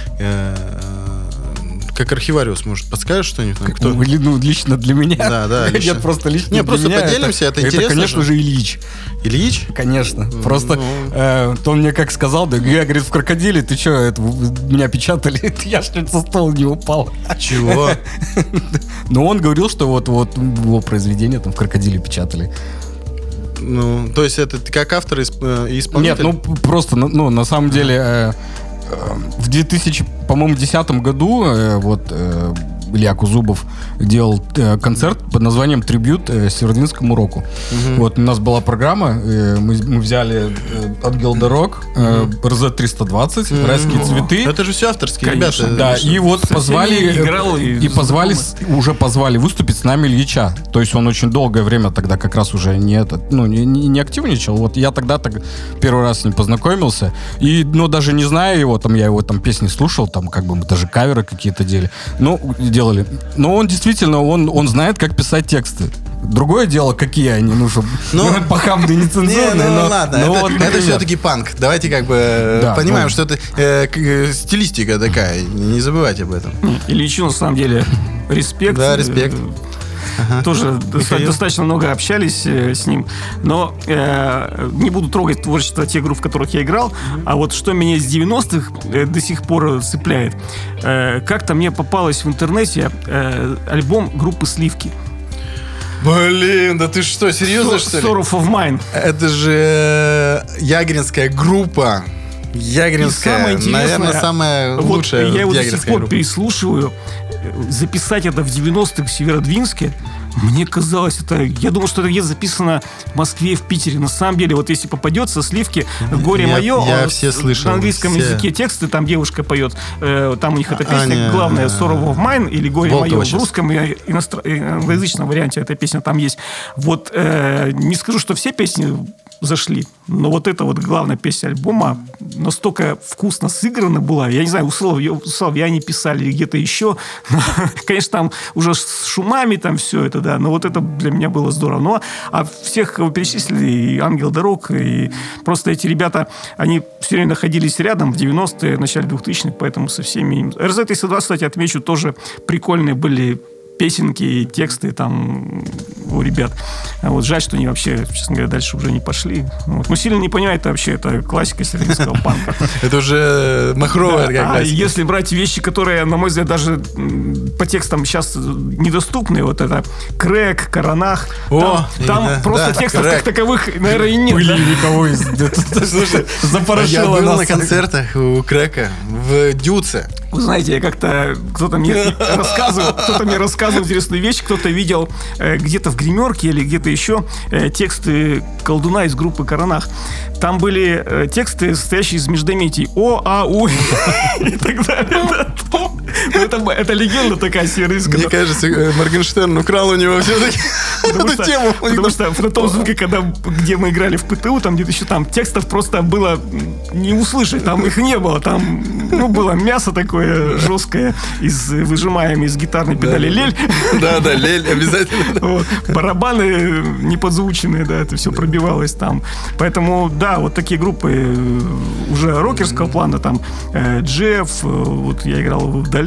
Как архивариус, может, подскажешь что-нибудь? Как, кто? Ну, лично для меня. Да, да. Лично. Нет, просто лично Не, для просто меня поделимся, это, это интересно. Это, конечно же, Ильич. Ильич? Конечно. Ну, просто ну... Э, то он мне как сказал, да, я, говорит, в крокодиле, ты что, это, меня печатали, я чуть со стола не упал. Чего? Но он говорил, что вот, вот его произведение там в крокодиле печатали. Ну, то есть это как автор и исполнитель? Нет, ну, просто, ну, на самом деле... Э, в две тысячи, по-моему, десятом году э, вот э, Илья Кузубов делал э, концерт под названием «Трибют э, Северодвинскому року». Угу. Вот у нас была программа, э, мы, мы взяли э, «Ангел дорог», э, эр зет триста двадцать, угу. «Райские цветы». Это же все авторские Конечно, ребята. Да, и вот позвали, играл, и, и позвали, уже позвали выступить с нами Ильича. То есть он очень долгое время тогда как раз уже не, этот, ну, не, не, не активничал. Вот я тогда так первый раз с ним познакомился. И, ну, даже не зная его, там, я его там песни слушал, там, как бы мы даже каверы какие-то делали. Ну, делали. Но он действительно, он, он знает, как писать тексты. Другое дело, какие они, ну, чтобы ну, похабные, нецензурные. Не, ну, но, ладно, но это, вот, это все-таки панк. Давайте как бы да, понимаем, ну, что это э, стилистика такая. Не забывайте об этом. Ильичу, на самом деле, респект. Да, респект. Ага. Тоже Михаил. Достаточно много общались э, с ним. Но э, не буду трогать творчество тех групп, в которых я играл. Mm-hmm. А вот что меня с девяностых э, до сих пор цепляет. Э, как-то мне попалось в интернете э, альбом группы «Сливки». Блин, да ты что, серьезно, что ли? Sorrow of Mine. Это же ягринская группа. Ягринская, наверное, самая вот лучшая я его ягринская до сих пор группа. Переслушиваю. Записать это в девяностых в Северодвинске, мне казалось, это... Я думал, что это где-то записано в Москве, в Питере. На самом деле, вот если попадется «Сливки», «Горе я, мое», я все слышал, на английском все. языке тексты, там девушка поет, э, там у них эта песня, а, главная «Sorrow of Mine» или «Горе Волкова мое». сейчас. В русском и иностр... англоязычном варианте эта песня там есть. Вот э, не скажу, что все песни зашли, но вот эта вот главная песня альбома настолько вкусно сыграна была. Я не знаю, у Соловья писали или где-то еще. Конечно, там уже с шумами там все это, да, но вот это для меня было здорово. Ну, а всех, кого перечислили, и «Ангел дорог», и просто эти ребята, они все время находились рядом в девяностые, в начале двухтысячных, поэтому со всеми... эр зет триста двадцать, кстати, отмечу, тоже прикольные были песенки и тексты там у ребят. А вот жаль, что они вообще, честно говоря, дальше уже не пошли. Вот. Ну, сильно не понимаю, это вообще это классика северодвинского панка. Это уже махровая да, а если брать вещи, которые, на мой взгляд, даже по текстам сейчас недоступны, вот это «Крэк», «Коронах», О, там, там да, просто да, текстов крэк. как таковых, наверное, и нет. Пыли Да? никого из... Запорошило Я был нас. на концертах у Крэка в Дюце. Вы знаете, я как-то кто-то мне рассказывал, кто-то мне рассказывал интересную вещь, кто-то видел э, где-то в гримерке или где-то еще э, тексты колдуна из группы «Коронах». Там были э, тексты, состоящие из междометий О, А, У и так далее. Это, это легенда такая северодвинская. Мне кажется, Моргенштерн украл у него все-таки эту тему. Потому что в том звуке, когда, где мы играли в ПТУ, там где-то еще там текстов просто было не услышать, там их не было. Там ну, было мясо такое жесткое, из, выжимаем из гитарной педали да, лель. Да, да, лель обязательно. Вот. Барабаны неподзвученные, да, это все пробивалось там. Поэтому, да, вот такие группы уже рокерского плана, там, э, Джефф, вот я играл вдали,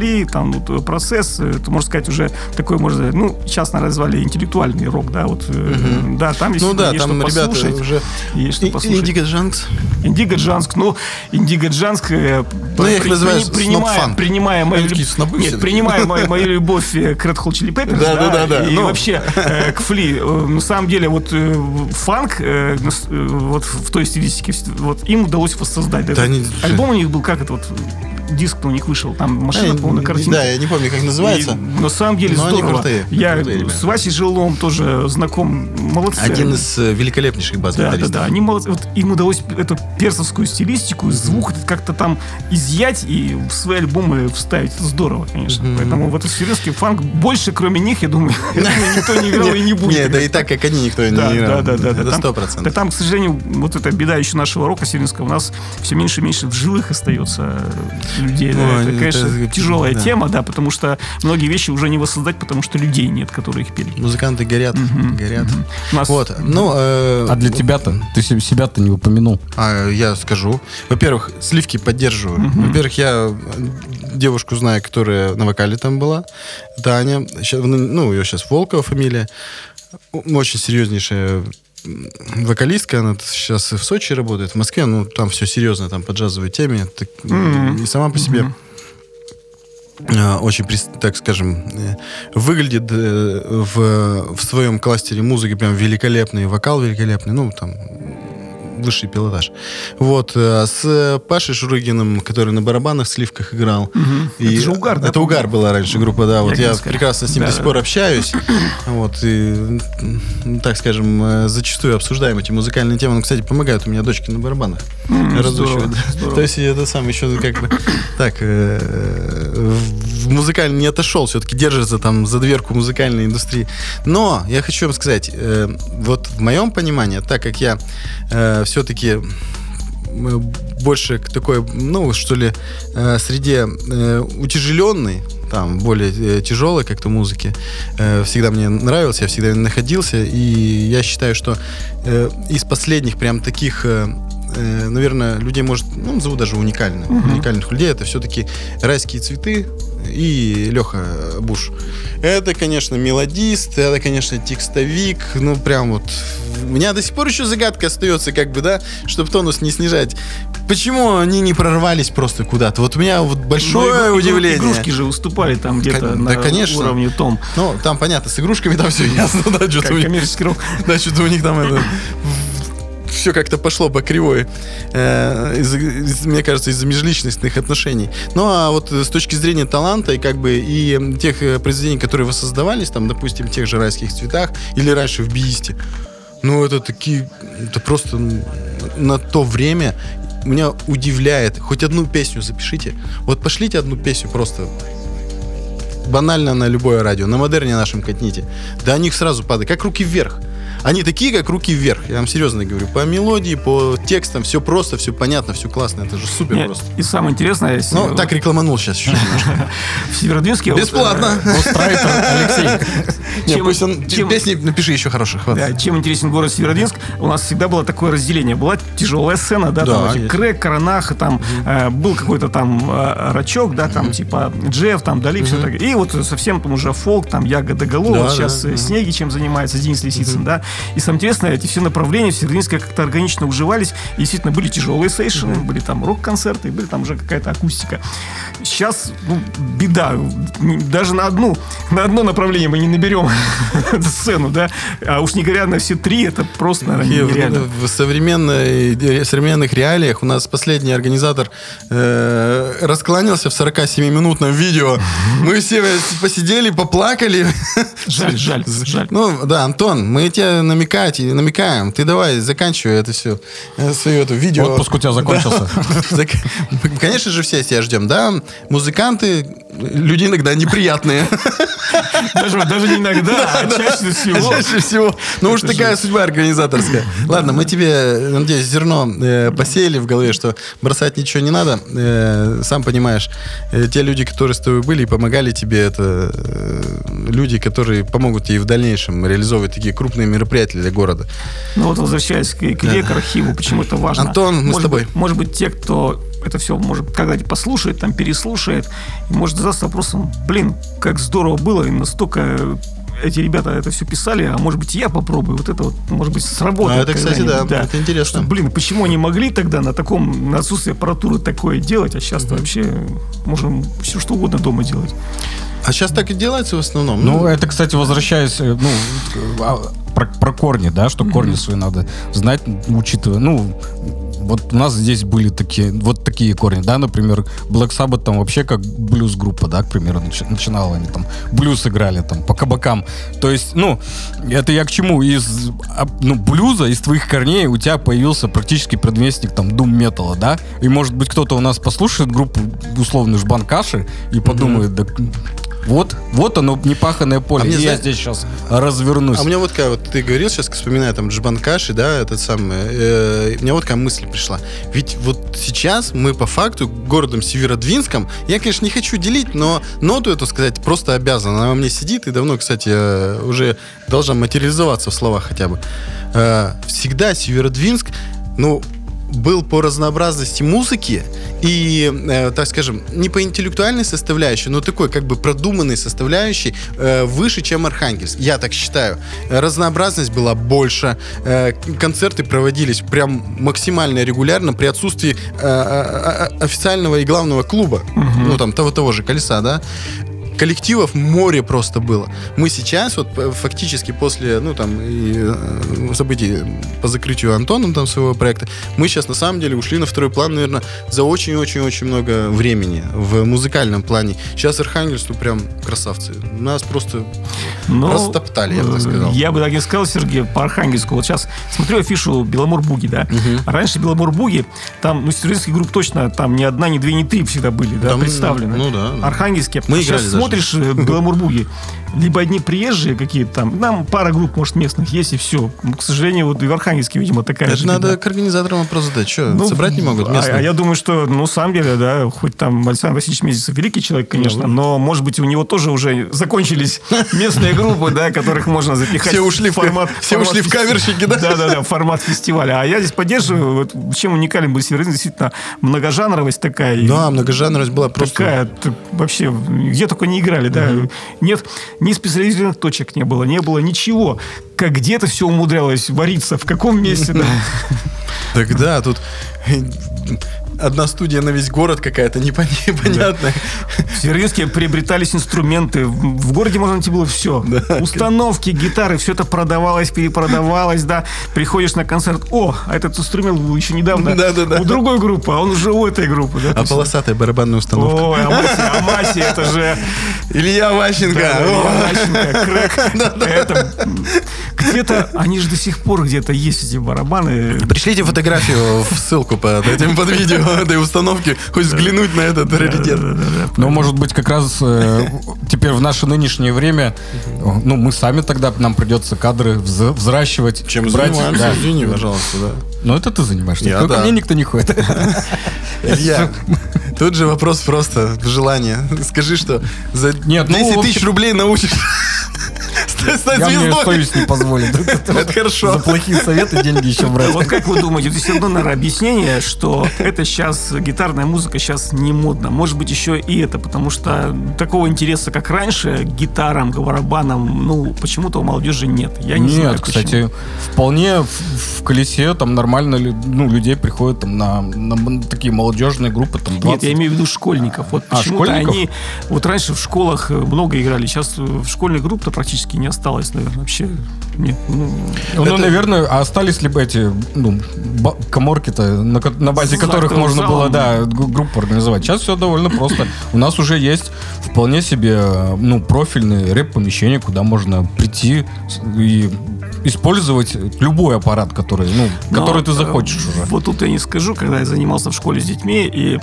пошли, там вот, процесс, это, можно сказать, уже такой, можно, ну, сейчас, наверное, назвали интеллектуальный рок, да, вот, mm-hmm. да, там есть, ну, да, есть там что ребята послушать. Уже... Есть что послушать. Индиго Джанкс. Индиго Джанск, ну, Индиго Джанск, ну, при, я их называю при, принимая, принимая мою, люб... Нет, принимая мою, мою любовь к Red Hot Chili Peppers, да, да, да, да, и ну. вообще э, к Фли, на самом деле, вот э, фанк, э, вот в той стилистике, вот им удалось воссоздать. Да, они... Альбом у них был, как это вот, диск у них вышел, там машина, а, по-моему, на картинке. Да, я не помню, как называется. И, на самом деле, но здорово. Крутые, я крутые, с Васей Жиловым тоже знаком, молодцы. Один из великолепнейших бас-гитаристов. Да, да, да, они молодцы. Вот им удалось эту персовскую стилистику, звук как-то там изъять и в свои альбомы вставить. Это здорово, конечно. Mm-hmm. Поэтому вот северский фанк больше, кроме них, я думаю, никто не играл и не будет. Нет, да и так, как они, никто не играл. Да, да, да. Это сто процентов. Да там, к сожалению, вот эта беда еще нашего рока северинского, у нас все меньше и меньше в живых остается людей. Это, конечно, тяжелая тема, да, потому что многие вещи уже не воссоздать, потому что людей нет, которые их пели. Музыканты горят, горят. Вот. Ну, а для тебя-то? Ты себя-то не упомянул. А, я скажу. Во-первых, Сливки поддерживаю. Uh-huh. Во-первых, я девушку знаю, которая на вокале там была. Таня. Сейчас, ну, ее сейчас Волкова фамилия. Очень серьезнейшая вокалистка. Она сейчас в Сочи работает. В Москве, ну, там все серьезно, там по джазовой теме. Так, uh-huh. И сама по себе... Uh-huh. Очень, так скажем, выглядит в, в своем кластере музыки прям великолепный, вокал великолепный, ну, там, высший пилотаж. Вот, с Пашей Шурыгиным, который на барабанах, сливках играл. Угу. И это же Угар, да? Это Угар была раньше группа, да. Вот я Ягинская. прекрасно с ним да, до сих да. пор общаюсь. Вот, и, так скажем, зачастую обсуждаем эти музыкальные темы. Ну, кстати, помогают у меня дочки на барабанах. Mm, разучивают. Здорово, здорово. То есть это сам еще как бы так в музыкальный не отошел, все-таки держится там за дверку музыкальной индустрии. Но я хочу вам сказать, вот в моем понимании, так как я все-таки больше к такой, ну, что ли, среде утяжеленной, там, более тяжелой как-то музыки, всегда мне нравился, я всегда находился, и я считаю, что из последних прям таких, наверное, людей, может, ну, назову даже уникальных, uh-huh. уникальных людей, это все-таки «Райские цветы» и Леха Буш. Это, конечно, мелодист, это, конечно, текстовик, ну, прям вот... У меня до сих пор еще загадка остается, как бы, да, чтобы тонус не снижать. Почему они не прорвались просто куда-то? Вот у меня вот большое ну, удивление. Игрушки же уступали там где-то да, на конечно. уровне том. Ну, там, понятно, с игрушками там все ясно, да, что-то у них... Коммерческий рок. Да, что-то у них там это... Все как-то пошло по кривой, э, из, из, мне кажется, из-за межличностных отношений. Ну, а вот с точки зрения таланта и как бы и тех произведений, которые воссоздавались, там, допустим, в тех же «Райских цветах» или раньше в «Биисте», ну, это такие, это просто на то время меня удивляет. Хоть одну песню запишите. Вот пошлите одну песню просто банально на любое радио, на модерне нашем катните. Да о них сразу падает, как руки вверх. Они такие, как руки вверх. Я вам серьезно говорю. По мелодии, по текстам, все просто, все понятно, все классно. Это же супер. Нет, просто. И самое интересное... Ну, так рекламанул сейчас еще немножко. В Северодвинске... Бесплатно. Гострайтер Алексей. Нет, пусть он песни напиши еще хороших. Чем интересен город Северодвинск, у нас всегда было такое разделение. Была тяжелая сцена, да, там Крэк, Коронах, там был какой-то там рачок, да, там типа Джефф, там Дали, все так. И вот совсем там уже фолк, там Ягода Голова, сейчас Снеги, чем занимается Денис Лисицын, да. И самое интересное, эти все направления в Северодвинске как-то органично уживались. И действительно, были тяжелые сейшены, mm-hmm. были там рок-концерты, были там уже какая-то акустика. Сейчас, ну, беда. Даже на одну, на одно направление мы не наберем сцену, да. А уж не говоря на все три, это просто, наверное, нереально. В современной, современных реалиях у нас последний организатор э, раскланялся в сорокасемиминутном видео. Мы все посидели, поплакали. Жаль, жаль, жаль. Ну, да, Антон, мы тебе намекать, намекаем. Ты давай, заканчивай это все, свое это видео. Отпуск у тебя закончился. Да. Конечно же, все себя ждем, да? Музыканты, люди иногда неприятные. Даже, даже не иногда, а чаще всего. Чаще всего. Ну уж такая судьба организаторская. Ладно, мы тебе, надеюсь, зерно э, посеяли в голове, что бросать ничего не надо. Э, сам понимаешь, э, те люди, которые с тобой были и помогали тебе, это э, люди, которые помогут тебе в дальнейшем реализовывать такие крупные мероприятия для города. Ну вот, возвращаясь к, к век архиву, почему это важно. Антон, мы может с тобой. Быть, может быть, те, кто это все может когда-нибудь послушает, там, переслушает, и может задаться вопросом, блин, как здорово было, и настолько эти ребята это все писали, а может быть, я попробую, вот это вот, может быть, сработает. А это, кстати, да, да, это интересно. Что, блин, почему они могли тогда на таком, на отсутствии аппаратуры такое делать, а сейчас-то mm-hmm. вообще можем все что угодно дома делать. А сейчас так и делается в основном. Ну, ну это, кстати, возвращаясь, ну, про, про корни, да, что mm-hmm. корни свои надо знать, учитывая, ну, вот у нас здесь были такие, вот такие корни, да, например, Black Sabbath там вообще как блюз-группа, да, к примеру, начи- начинала они там, блюз играли там по кабакам, то есть, ну, это я к чему, из, ну, блюза, из твоих корней у тебя появился практически предвестник там дум-металла, да, и может быть кто-то у нас послушает группу, условно, Жбан Каши и подумает, mm-hmm. да... Вот, вот оно, непаханное поле. А и я за... здесь сейчас развернусь. А у меня вот как вот ты говорил, сейчас вспоминаю там Жбан Каши, да, этот самый. Э, у меня вот какая мысль пришла. Ведь вот сейчас мы по факту городом Северодвинском, я, конечно, не хочу делить, но ноту эту сказать просто обязан. Она во мне сидит и давно, кстати, уже должна материализоваться в словах хотя бы. Э, всегда Северодвинск, ну, был по разнообразности музыки и, э, так скажем, не по интеллектуальной составляющей, но такой как бы продуманной составляющей э, выше, чем Архангельск. Я так считаю. Разнообразность была больше, э, концерты проводились прям максимально регулярно при отсутствии э, э, официального и главного клуба, угу. ну там того того же «Колеса», да. Коллективов море просто было. Мы сейчас, вот фактически после, ну, там, и, э, событий по закрытию Антоном там своего проекта, мы сейчас на самом деле ушли на второй план, наверное, за очень-очень-очень много времени в музыкальном плане. Сейчас Архангельск, ну, прям красавцы. Нас просто Но, растоптали, я бы так сказал. Я бы так и сказал, Сергей, по Архангельску. Вот сейчас смотрю афишу Беломор Буги, да. Угу. Раньше Беломор Буги, там, ну, северодвинских групп точно, там ни одна, ни две, ни три всегда были, да, там, представлены. Ну, да. Архангельске. Мы играли даже. Смотришь Беломор Буги, либо одни приезжие какие-то там, там пара групп, может, местных есть, и все. К сожалению, вот и в Архангельске, видимо, такая Это же. Это надо беда. К организаторам вопрос задать. Что, ну, собрать не могут местные? А, а я думаю, что, ну, на самом деле, да, хоть там Александр Васильевич Мезенцев великий человек, конечно, ну, но, может быть, у него тоже уже закончились местные группы, да, которых можно запихать все ушли в формат. Все ушли в каверщики, да? Да-да-да, формат фестиваля. А я здесь поддерживаю, чем уникален был Северодвинск, действительно, многожанровость такая. Да, многожанровость была просто... Такая, вообще, где только не играли, да. Нет, ни специализированных точек не было, не было ничего. Как где-то все умудрялось вариться, в каком месте, да. Так да, тут одна студия на весь город какая-то непонятная. Да. В Северодвинске приобретались инструменты. В городе можно найти было все. Да. Установки, гитары, все это продавалось, перепродавалось, да. Приходишь на концерт, о, а этот инструмент был еще недавно да, да, да. у другой группы, а он уже у этой группы. Да, а полосатая барабанная установка. Ой, Амаси, это же... Илья Ващенко. Да, Илья Ващенко, крэк. Да, да. Это... Где-то, они же до сих пор где-то есть эти барабаны. Пришлите фотографию в ссылку под этим под видео этой установки, хоть взглянуть на этот раритет. Да, да, да, да, Но, может быть, как раз э, теперь в наше нынешнее время, ну, мы сами тогда, нам придется кадры вз- взращивать. Чем брать, занимаемся, да. Извини, пожалуйста, да. Ну, это ты занимаешься. Я, Только да. мне никто не ходит. Илья, тут же вопрос просто желания. Скажи, что за Нет, десять ну, тысяч рублей научишь стать я звездой. Мне совесть не позволит. Это хорошо. За плохие советы деньги еще брать. Вот как вы думаете, здесь одно, наверное, объяснение, что это сейчас, гитарная музыка сейчас не модна. Может быть, еще и это, потому что такого интереса, как раньше, к гитарам, к барабанам, ну, почему-то у молодежи нет. Я не нет, знаю, кстати, вполне в, в колесе там нормально, ну, людей приходят там на, на такие молодежные группы. Там, двадцать. Нет, я имею в виду школьников. Вот а, почему-то школьников? они... Вот раньше в школах много играли, сейчас в школьных групп-то практически не осталось, наверное, вообще. Нет. Ну, ну это... наверное, а остались ли бы эти ну, коморки-то, на, на базе Зак которых можно залом. было, да, группу организовать? Сейчас все довольно просто. У нас уже есть вполне себе, ну, профильные рэп-помещения, куда можно прийти и использовать любой аппарат, который, ну, Но, который ты захочешь э, уже. Вот тут я не скажу, когда я занимался в школе с детьми, и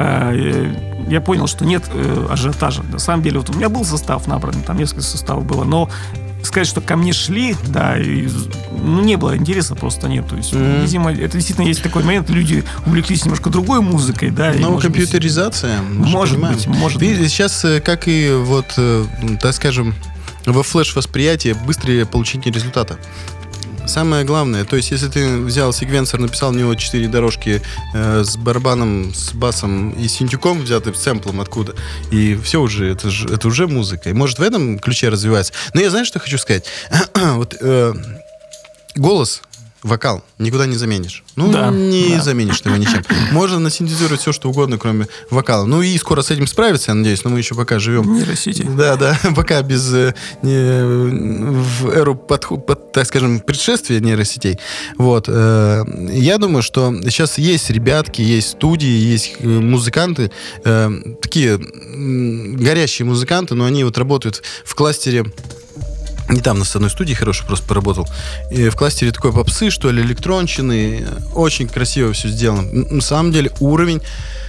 э, я понял, что нет э, ажиотажа. На самом деле, вот у меня был состав набран, там несколько составов было, но сказать, что ко мне шли, да, и, ну, не было интереса, просто нет. То есть, mm-hmm. видимо, это действительно есть такой момент, люди увлеклись немножко другой музыкой, да. Ну, компьютеризация. Быть, может быть, может Видите, быть. Сейчас, как и вот, так скажем, во флеш-восприятии быстрее получение результата. самое главное, то есть, если ты взял секвенсор, написал в него четыре дорожки э, с барабаном, с басом и синтюком, взятым сэмплом откуда, и все уже, это, же, это уже музыка. И может в этом ключе развиваться. Но я, знаешь, что хочу сказать? вот э, голос... Вокал никуда не заменишь. Ну, да, не да. заменишь ты его ничем. Можно насинтезировать все, что угодно, кроме вокала. Ну, и скоро с этим справиться, я надеюсь, но мы еще пока живем... Нейросети. Да, да, пока без... Не, в эру, под, под, так скажем, предшествия нейросетей. Вот. Я думаю, что сейчас есть ребятки, есть студии, есть музыканты, такие горящие музыканты, но они вот работают в кластере. Недавно с одной студией хорошо просто поработал. И в кластере такой попсы, что ли, электронщины. Очень красиво все сделано. На самом деле уровень...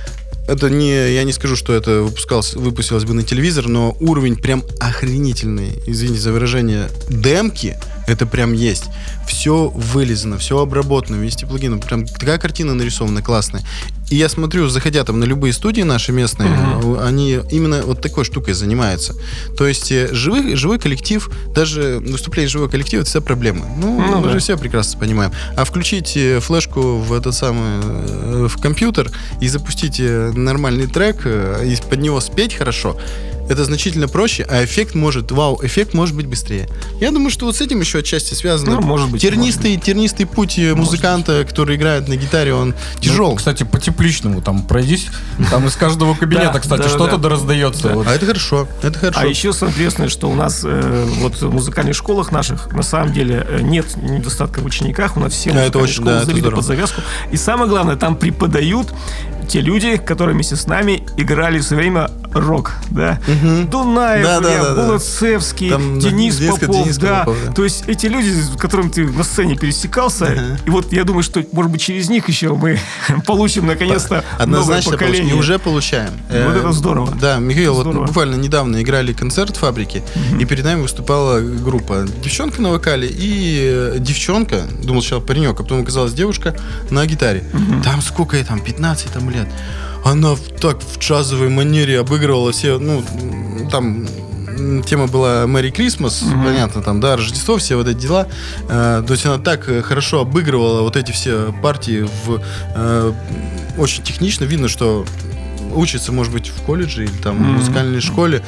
Это не... Я не скажу, что это выпускалось, выпустилось бы на телевизор, но уровень прям охренительный. Извините за выражение. Демки это прям есть. Все вылезано, все обработано, вместе плагины. Прям такая картина нарисована классная. И я смотрю, заходя там на любые студии наши местные, uh-huh. они именно вот такой штукой занимаются. То есть живой, живой коллектив, даже выступление живого коллектива — это вся проблема. Ну, ну мы да. же все прекрасно понимаем. А включить флешку в этот самый в компьютер и запустить нормальный трек, и под него спеть хорошо, это значительно проще, а эффект может, вау-эффект может быть быстрее. Я думаю, что вот с этим еще отчасти связано. Ну, может быть, тернистый, может быть. тернистый путь музыканта, может. который играет на гитаре, он тяжел. Ну, кстати, по тепличному там пройдись, там из каждого кабинета, кстати, что-то да раздается. А это хорошо, это хорошо. А еще самое интересное, что у нас вот в музыкальных школах наших на самом деле нет недостатка в учениках, у нас все музыкальные школы забиты под завязку. И самое главное, там преподают те люди, которые вместе с нами играли в свое время рок, да. Угу. Дунаев, да, да, да, Булацевский, там, Денис Попов, Денис да. Попов, да. То есть эти люди, с которыми ты на сцене пересекался, uh-huh. и вот я думаю, что, может быть, через них еще мы получим наконец-то новое поколение. И уже получаем. Вот это здорово. Да, Михаил, вот буквально недавно играли концерт в фабрике, uh-huh. и перед нами выступала группа. Девчонка на вокале и девчонка, думал сначала паренек, а потом оказалась девушка на гитаре. Uh-huh. Там сколько ей там, пятнадцать там лет. Она так в джазовой манере обыгрывала все, ну, там тема была Merry Christmas, mm-hmm. понятно, там, да, Рождество, все вот эти дела. Э, то есть она так хорошо обыгрывала вот эти все партии в, э, очень технично. Видно, что учится, может быть, в колледже или там mm-hmm. в музыкальной школе.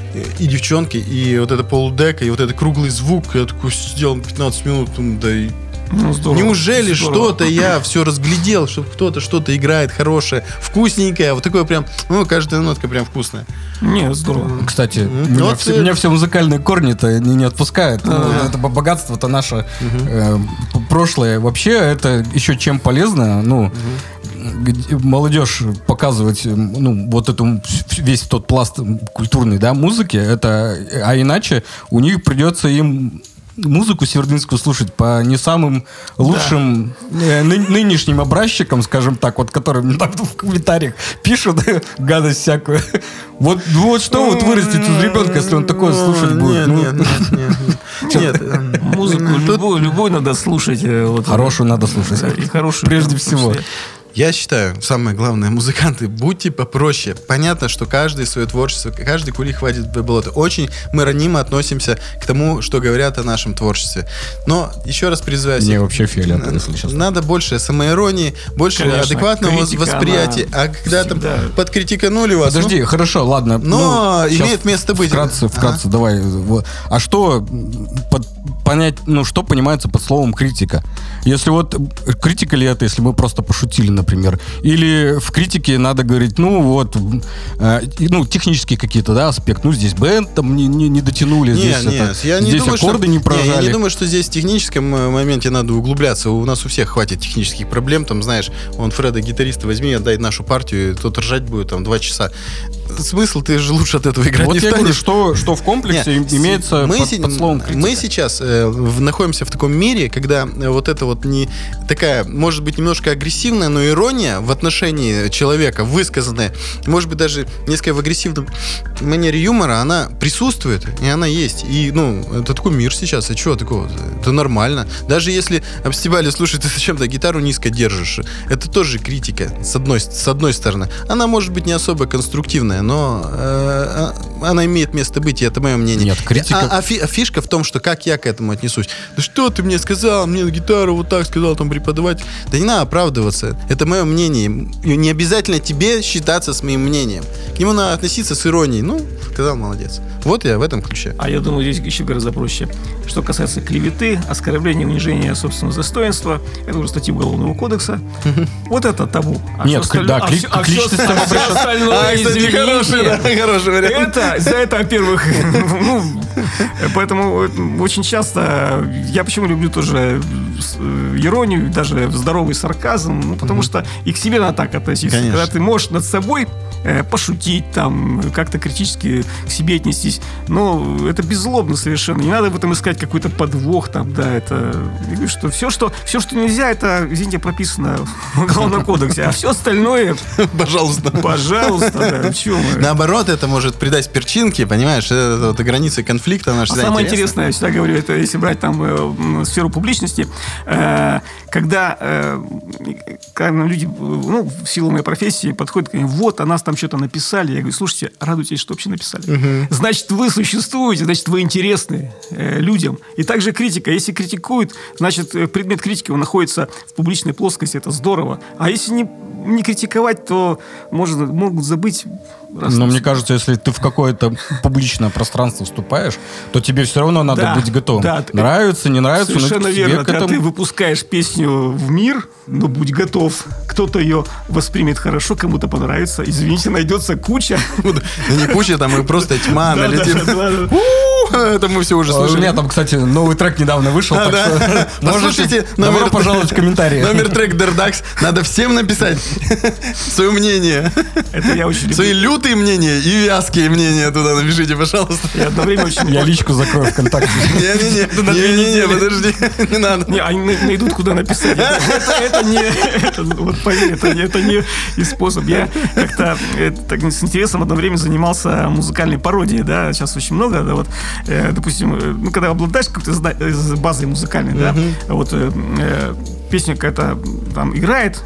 И девчонки, и вот это полудека, и вот этот круглый звук. Я такой сидел пятнадцать минут, да и Ну, здорово, Неужели здорово. что-то я все разглядел, что кто-то что-то играет хорошее, вкусненькое, вот такое прям, ну, каждая нотка прям вкусная. Не, здорово. Кстати, mm-hmm. меня, вот, все, меня все музыкальные корни-то не, не отпускают. Mm-hmm. Ну, это богатство-то наше mm-hmm. э, прошлое. Вообще, это еще чем полезно, ну, mm-hmm. молодежь показывать, ну, вот эту, весь тот пласт культурный, да, музыки, это, а иначе у них придется им музыку северодвинскую слушать по не самым лучшим да. ны- нынешним образчикам, скажем так, вот, которые мне так в комментариях пишут гадость всякую. Вот, вот что вот вырастет из ребенка, если он такое слушать будет? Нет, нет, нет, нет. Музыку любую, любую надо слушать. Хорошую надо слушать. И хорошую. Прежде всего. Я считаю, самое главное, музыканты, будьте попроще. Понятно, что каждый свое творчество, каждый кули хватит болота. Очень мы ранимо относимся к тому, что говорят о нашем творчестве. Но еще раз призываю всех. Мне вообще фиолетово, если честно. Надо больше самоиронии, больше Конечно, адекватного восприятия. Она... А когда там подкритиканули вас... Подожди, ну, хорошо, ладно. Но ну, имеет место быть. Вкратце, вкратце, а? давай. А что под, понять, ну, что понимается под словом критика? Если вот критика ли это, если мы просто пошутили, например, например. Или в критике надо говорить, ну вот, э, ну, технические какие-то, да, аспекты. Ну, здесь бенд там не, не, не дотянули, не, здесь, не, это, я не здесь думаю, аккорды что, не прожали. Не, я не думаю, что здесь в техническом моменте надо углубляться. У нас у всех хватит технических проблем. Там, знаешь, он Фреда, гитариста, возьми, отдай нашу партию, и тот ржать будет там два часа. Смысл, ты же лучше от этого играть вот не я станешь. Говорю, что, что в комплексе Нет, имеется мы, под, под словом критика. Мы сейчас э, находимся в таком мире, когда вот это вот не такая, может быть, немножко агрессивная, но ирония в отношении человека, высказанная, может быть, даже несколько в агрессивном манере юмора, она присутствует, и она есть. И, ну, это такой мир сейчас, а чего такого? Это нормально. Даже если об Стебале слушай, ты зачем-то гитару низко держишь, это тоже критика, с одной, с одной стороны. Она может быть не особо конструктивная, но э, она имеет место быть, и это мое мнение. Нет, критика... А, а, фи, а фишка в том, что как я к этому отнесусь. Да что ты мне сказал, мне на гитару вот так сказал там преподаватель. Да не надо оправдываться. Это мое мнение. И не обязательно тебе считаться с моим мнением. К нему надо относиться с иронией. Ну, сказал, молодец. Вот я в этом ключе. А я думаю, здесь еще гораздо проще. Что касается клеветы, оскорбления, унижения собственного достоинства, это уже статьи Уголовного кодекса. Вот это табу. А Нет, все да, а к, все, к а личностям все, а все остальное, А, кстати, извините, хороший, да, хороший вариант. Это, за это, во-первых, ну, поэтому очень часто я почему люблю тоже иронию, даже здоровый сарказм, ну, потому что и к себе надо так относиться. Конечно. Когда ты можешь над собой э, пошутить, там, как-то критически к себе отнестись, но это беззлобно совершенно. Не надо в этом искать какой-то подвох, там, да, это... Я говорю, что все, что, все, что нельзя, это, извините, прописано в Уголовном кодексе, а все остальное... Пожалуйста. Пожалуйста, да, в чем? Наоборот, это может придать перчинки, понимаешь? Это вот границы конфликта, она же А всегда самое интересна. интересное, я всегда говорю, это если брать там э, сферу публичности, э, когда, э, когда люди, ну, в силу моей профессии подходят, говорят, вот, о нас там что-то написали. Я говорю, слушайте, радуйтесь, что вообще написали. Угу. Значит, вы существуете, значит, вы интересны э, людям. И также критика. Если критикуют, значит, предмет критики, он находится в публичной плоскости, это здорово. А если не, не критиковать, то можно, могут забыть. Но мне кажется, если ты в какое-то публичное пространство вступаешь, то тебе все равно надо да, быть готовым. Да, нравится, не нравится, совершенно но верно. к этому... Когда ты выпускаешь песню в мир, ну, будь готов. Кто-то ее воспримет хорошо, кому-то понравится. Извините, найдется куча. Да не куча, там и просто тьма налетит. Это мы все уже слышали. У меня там, кстати, новый трек недавно вышел, так что послушайте. Добро пожаловать в комментарии. Номер трек Дердакс. Надо всем написать свое мнение. Это я очень люблю. Свои лютые мнения и вязкие мнения туда напишите, пожалуйста. Я одно время очень... Я личку закрою ВКонтакте. Не-не-не, подожди, не надо. Не, они найдут, куда написать. Это не... Вот поверь, это не и способ. Я как-то с интересом одно время занимался музыкальной пародией, да, сейчас очень много, да, вот, допустим, ну, когда обладаешь какой-то базой музыкальной, да, вот песня какая-то там играет,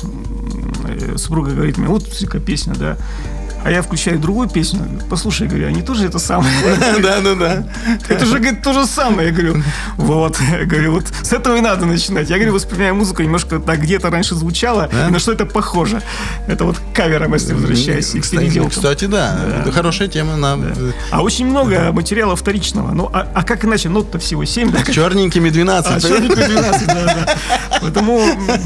супруга говорит мне, вот какая песня, да. А я включаю другую песню. Послушай, говорю, они тоже это самое. Да, да, да. Это же, говорит, то же самое. Я говорю, вот. Я говорю, вот с этого и надо начинать. Я говорю, воспринимаю музыку немножко так где-то раньше звучало, и на что это похоже. Это вот к каверам, если возвращаясь, и к переделкам. Кстати, да. Это хорошая тема. А очень много материала вторичного. Ну, а как иначе? Нот-то всего семь. Черненькими двенадцать. А, черненькими двенадцать, да, да. Поэтому,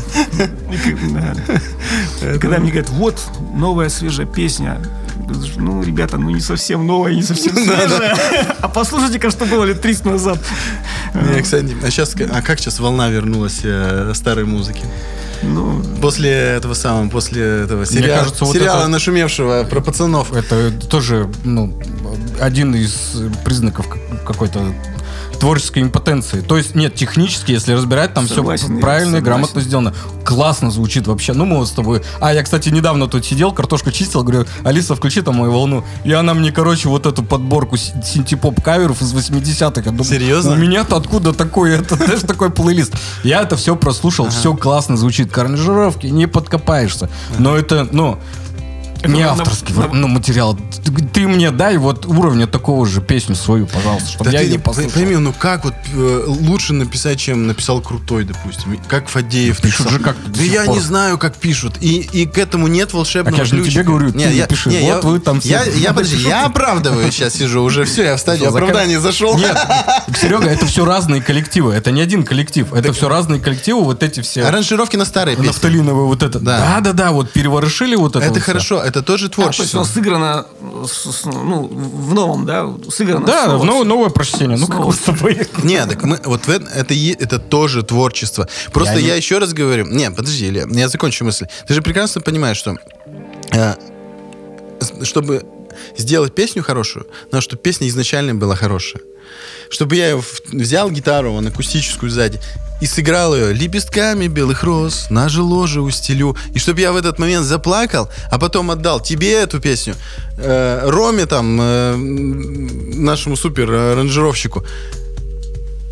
когда мне говорят, вот, новая свежая песня, ну, ребята, ну не совсем новая, не совсем свежая. А послушайте-ка, что было лет тридцать назад. Не, кстати, а сейчас, а как сейчас волна вернулась э, старой музыки? Ну, после этого самого, после этого сериала, кажется, вот сериала это, нашумевшего про пацанов. Это тоже, ну, один из признаков какой-то творческой импотенции. То есть, нет, технически, если разбирать, там согласен, все правильно и грамотно сделано. Классно звучит вообще. Ну, мы вот с тобой... А, я, кстати, недавно тут сидел, картошку чистил, говорю, Алиса, включи там мою волну. И она мне, короче, вот эту подборку синтепоп-каверов из восьмидесятых. Я думаю, серьезно? У меня-то откуда такой, это, знаешь, такой плейлист? Я это все прослушал, ага. Все классно звучит. К аранжировке не подкопаешься. Ага. Но это, ну... Не авторский на, ну, материал. Ты, ты мне дай вот уровня такого же песню свою, пожалуйста, чтобы да я ее послушал. Пойми, ну как вот э, лучше написать, чем написал Крутой, допустим. Как Фадеев ну, пишут написал. Же как да я пор. не знаю, как пишут. И, и к этому нет волшебного ключика. Я же не тебе говорю, ты не, я, пиши. Не, вот я, вы там все. Я, я, подожди, я оправдываю сейчас сижу. Уже все, я в стадию оправдания зашел. Нет, Серега, это все разные коллективы. Это не один коллектив. Это все разные коллективы. Вот эти все. Аранжировки на старые песни. Нафталиновые вот это. Да-да-да, вот переворошили вот это. Это хорошо, это тоже творчество. Но сыграно ну, в новом, да? Сыграно да, снова, в новое, новое прочтение. Ну, как с тобой. Нет, так мы, вот это, это, это тоже творчество. Просто я, я не... еще раз говорю... Нет, подожди, Илья, я закончу мысль. Ты же прекрасно понимаешь, что э, чтобы сделать песню хорошую, надо, чтобы песня изначально была хорошая. Чтобы я взял гитару, вон, акустическую сзади, и сыграл ее лепестками белых роз, наше ложе устелю. И чтобы я в этот момент заплакал, а потом отдал тебе эту песню, э, Роме там, э, нашему супер аранжировщику.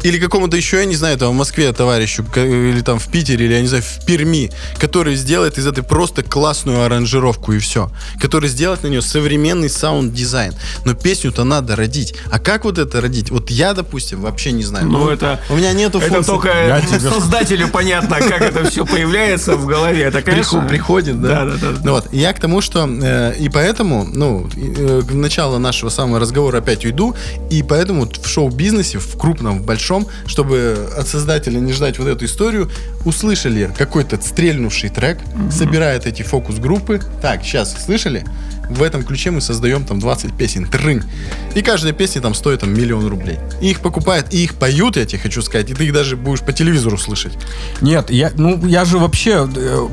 или какому-то еще, я не знаю, там в Москве товарищу, или там в Питере, или, я не знаю, в Перми, который сделает из этой просто классную аранжировку и все. Который сделает на нее современный саунд-дизайн. Но песню-то надо родить. А как вот это родить? Вот я, допустим, вообще не знаю. Ну, это... У меня нету функции. Это только тебе... создателю понятно, как это все появляется в голове. Это, конечно... Приходит, да? Да, да, да. Ну, вот. Я к тому, что... Э, и поэтому, ну, э, к началу нашего самого разговора опять уйду, и поэтому в шоу-бизнесе, в крупном, в большом, чтобы от создателя не ждать вот эту историю, услышали какой-то стрельнувший трек, mm-hmm. собирает эти фокус-группы. Так, сейчас, слышали? В этом ключе мы создаем там двадцать песен. Трынь. И каждая песня там стоит там миллион рублей. И их покупают, и их поют, я тебе хочу сказать, и ты их даже будешь по телевизору слышать. Нет, я, ну, я же вообще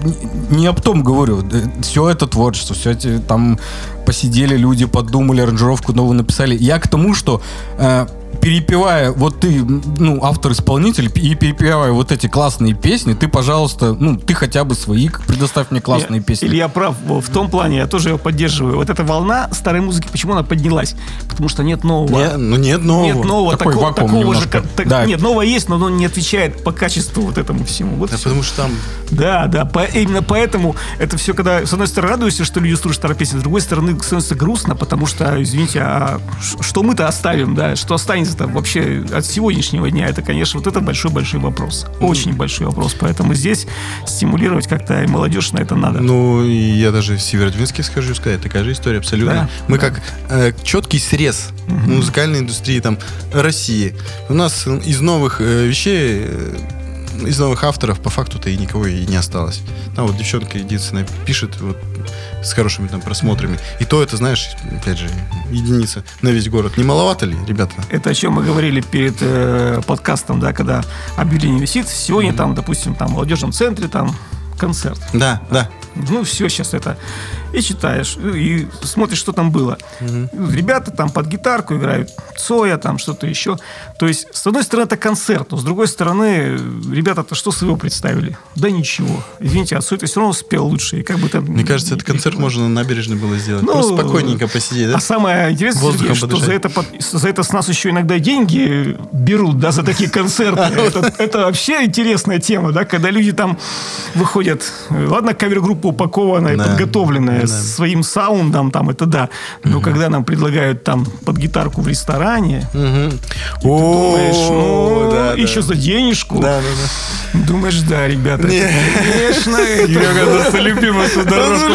не об том говорю. Все это творчество, все эти там посидели люди, подумали, аранжировку новую написали. Я к тому, что э, перепевая, вот ты, ну, автор-исполнитель, и перепевая вот эти классные песни, ты, пожалуйста, ну, ты хотя бы свои предоставь мне классные я, песни. Илья прав в том плане, я тоже его поддерживаю. Вот эта волна старой музыки, почему она поднялась? Потому что нет нового. Не, ну, нет нового. Нет нового, Такой такого, такого же. Так, да. Нет, новое есть, но оно не отвечает по качеству вот этому всему. Вот да, все. потому что там... Да, да, по, именно поэтому это все, когда, с одной стороны, радуешься, что люди слушают старые песни, с другой стороны, становится грустно, потому что, извините, а что мы-то оставим, да, что останется-то вообще от сегодняшнего дня, это, конечно, вот это большой-большой вопрос. Очень mm-hmm. большой вопрос, поэтому здесь стимулировать как-то и молодежь на это надо. Ну, и я даже в Северодвинске скажу сказать, такая же история абсолютно. Да, мы да. как э, четкий срез mm-hmm. музыкальной индустрии там России. У нас из новых э, вещей... Э, из новых авторов по факту-то и никого и не осталось. Там вот девчонка единственная пишет вот, с хорошими там просмотрами. И то это, знаешь, опять же, единица на весь город. Не маловато ли, ребята? Это о чем мы говорили перед э, подкастом, да, когда объявление висит. Сегодня mm-hmm. там, допустим, там в молодежном центре там концерт. Да, да. Ну, все сейчас это. И читаешь, и смотришь, что там было. Угу. Ребята там под гитарку играют, Цоя, там что-то еще. То есть, с одной стороны, это концерт, но с другой стороны, ребята-то что своего представили? Да ничего. Извините, а Цой-то все равно спел лучше. И как бы там... Мне кажется, этот концерт можно на набережной было сделать. Ну, просто спокойненько посидеть, да? А самое интересное, Сергей, что за это, за это с нас еще иногда деньги берут, да, за такие концерты. Это, это вообще интересная тема, да, когда люди там выходят. Ладно, кавер-группа упакованная, да. подготовленная, да. своим саундом, там, это да. Но угу. когда нам предлагают там под гитарку в ресторане, угу. ты думаешь, ну, да, еще да. за денежку. Да, да, да. Думаешь, да, ребята, это, конечно, это любимую дорожку.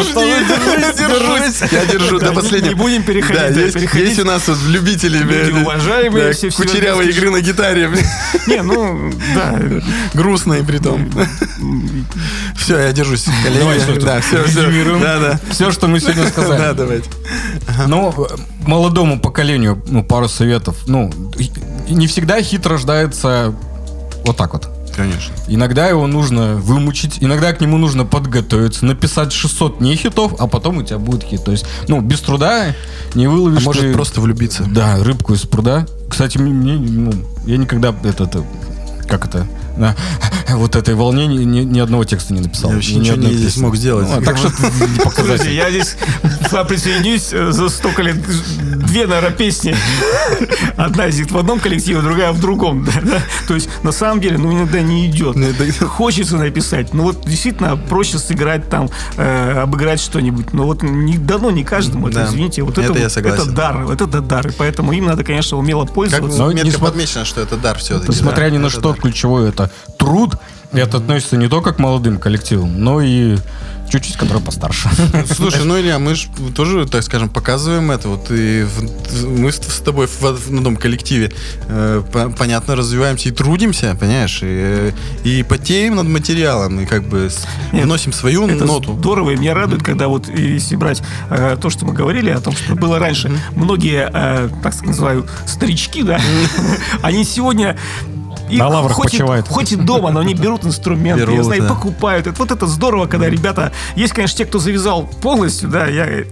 Я держу до последнего. Не будем переходить. Есть у нас вот любители уважаемые все кучерявой игры на гитаре. Не, ну, да. Грустно и при том. Все, я держусь, коллеги. Да, все, все. Да, да. Все, что мы сегодня сказали. Да, давайте. Ну, молодому поколению, ну, пару советов. Ну, не всегда хит рождается вот так вот. Конечно. Иногда его нужно вымучить, иногда к нему нужно подготовиться, написать шестьсот не хитов, а потом у тебя будет хит. То есть, ну, без труда не выловишь. А может ты, просто влюбиться. Да, рыбку из пруда. Кстати, мне, ну, я никогда это, это как это... На вот этой волне ни, ни, ни одного текста не написал. Я вообще ни ничего не здесь смог сделать. Ну, так что показать. Я здесь присоединюсь за столько лет. Две, наверное, песни. Одна из них в одном коллективе, другая в другом. Да? То есть, на самом деле, ну, иногда не идет. Хочется написать. Ну, вот действительно проще сыграть там, э, обыграть что-нибудь. Но вот не дано не каждому. Это, да. Извините, вот это, это, я согласен. Это дар. Вот это дар. И поэтому им надо, конечно, умело пользоваться. Как метко подмечено, что это дар все-таки. Несмотря ни на что, ключевое это труд. И это относится не только к молодым коллективам, но и чуть-чуть, которые постарше. Слушай, ну, Илья, мы же тоже, так скажем, показываем это. Вот и мы с тобой в, в одном коллективе, э, понятно, развиваемся и трудимся, понимаешь, и, и потеем над материалом, и как бы Нет, вносим свою это ноту. Здорово, и меня радует, когда вот, если брать э, то, что мы говорили о том, что было раньше, многие, э, так называю, старички, да, они сегодня... И на лаврах хоть почивают. И, хоть и дома, но они берут инструменты, берут, я знаю, да. покупают. Вот это здорово, когда ребята... Есть, конечно, те, кто завязал полностью, да, я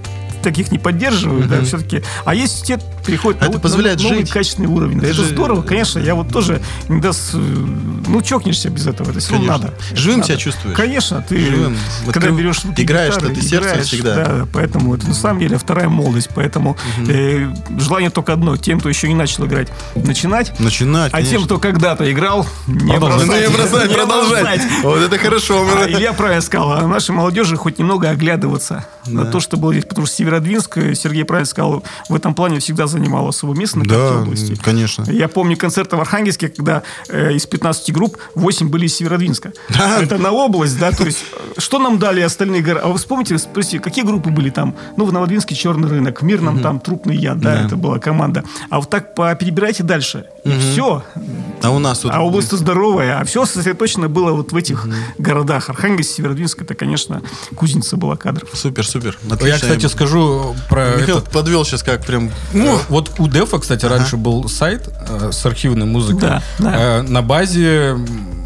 таких не поддерживаю, да, все-таки. А есть те переходят это на позволяет новый жить. качественный уровень. Да, это же... здорово, конечно. Я вот тоже иногда, с, ну, чокнешься без этого. Это все равно надо. Живым надо. себя чувствуешь. Конечно. Ты, Живым. когда вот берешь играешь, гитары, то ты сердцем играешь, всегда. Да, поэтому это на самом деле вторая молодость. Поэтому угу. э, желание только одно. Тем, кто еще не начал играть, начинать. Начинать, А конечно. тем, кто когда-то играл, не бросать. Не бросать, не продолжать. бросать. Вот это хорошо. А, Илья правильно сказал. А нашей молодежи хоть немного оглядываться да. на то, что было здесь. Потому что Северодвинск, Сергей правильно сказал, в этом плане всегда занимал особое место на карте да, области. конечно. Я помню концерты в Архангельске, когда э, из пятнадцати групп восемь были из Северодвинска. Да. Это на область, да, то есть что нам дали остальные города? А вы вспомните, спросите, какие группы были там? Ну, в Новодвинске «Черный рынок», в Мирном угу. там «Трупный яд», да, да, это была команда. А вот так перебирайте дальше. Угу. Все. А у нас тут... А область здоровая. А все сосредоточено было вот в этих угу. городах. Архангельск, Северодвинск, это, конечно, кузница была кадров. Супер, супер. Отлично. Я, кстати, скажу про Михаил этот... подвел сейчас как прям... Ну, вот у Дефа, кстати, ага. раньше был сайт э, с архивной музыкой. Да, да. Э, на базе,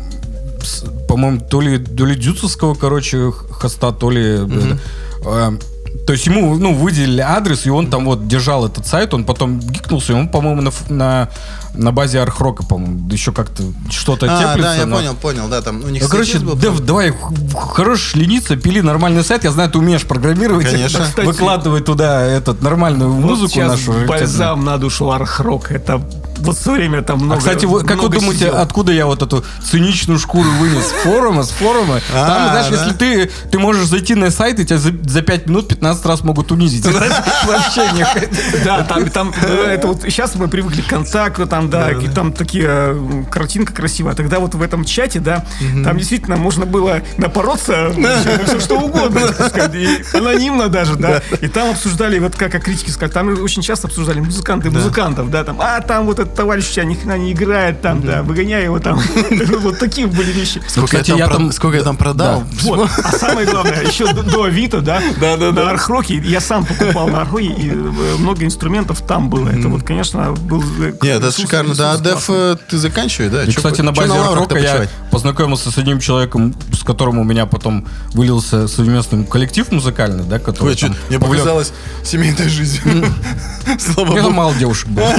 с, по-моему, то ли, то ли дюцевского, короче, хоста, то ли... Угу. Э, э, то есть ему, ну, выделили адрес, и он там вот держал этот сайт, он потом гикнулся, и он, по-моему, на, на, на базе архрока, по-моему, еще как-то что-то а, теплится. да, я но... понял, понял, да, там у них... Ну, короче, был, Дев, давай, хорош лениться, пили нормальный сайт, я знаю, ты умеешь программировать, конечно. Кстати, выкладывать туда этот, нормальную вот музыку нашу. Бальзам на душу архрок, это... Вот все время там много. А, кстати, вы, как вы думаете, сидел. Откуда я вот эту циничную шкуру вынес? С форума, с форума. А, там, знаешь, да? Если ты, ты можешь зайти на сайт, и тебя за, за пять минут пятнадцать раз могут унизить. Вообще не. Да, там, там, это вот сейчас мы привыкли к контакту, там, да, там такие картинка красивая. Тогда вот в этом чате, да, там действительно можно было напороться все что угодно, анонимно даже, да. И там обсуждали, вот как критики сказали, там очень часто обсуждали музыканты музыкантов, да, там, а там вот товарищ у тебя ни хрена не играет, там, да, выгоняй его там. Вот такие были вещи. Сколько, Кстати, я, там, я там, сколько я там продал. Да. Вот. А самое главное, еще до, до Авито, да, да, да, на архроке, я сам покупал на архроке, и много инструментов там было. Это вот, конечно, был... Нет, это шикарно. Да, Деф ты заканчивай, да? И, Чё, кстати, на базе архрока я познакомился с одним человеком, с которым у меня потом вылился совместный коллектив музыкальный, да, который... Ой, мне показалось семейной жизнью. Слава богу. мало девушек было.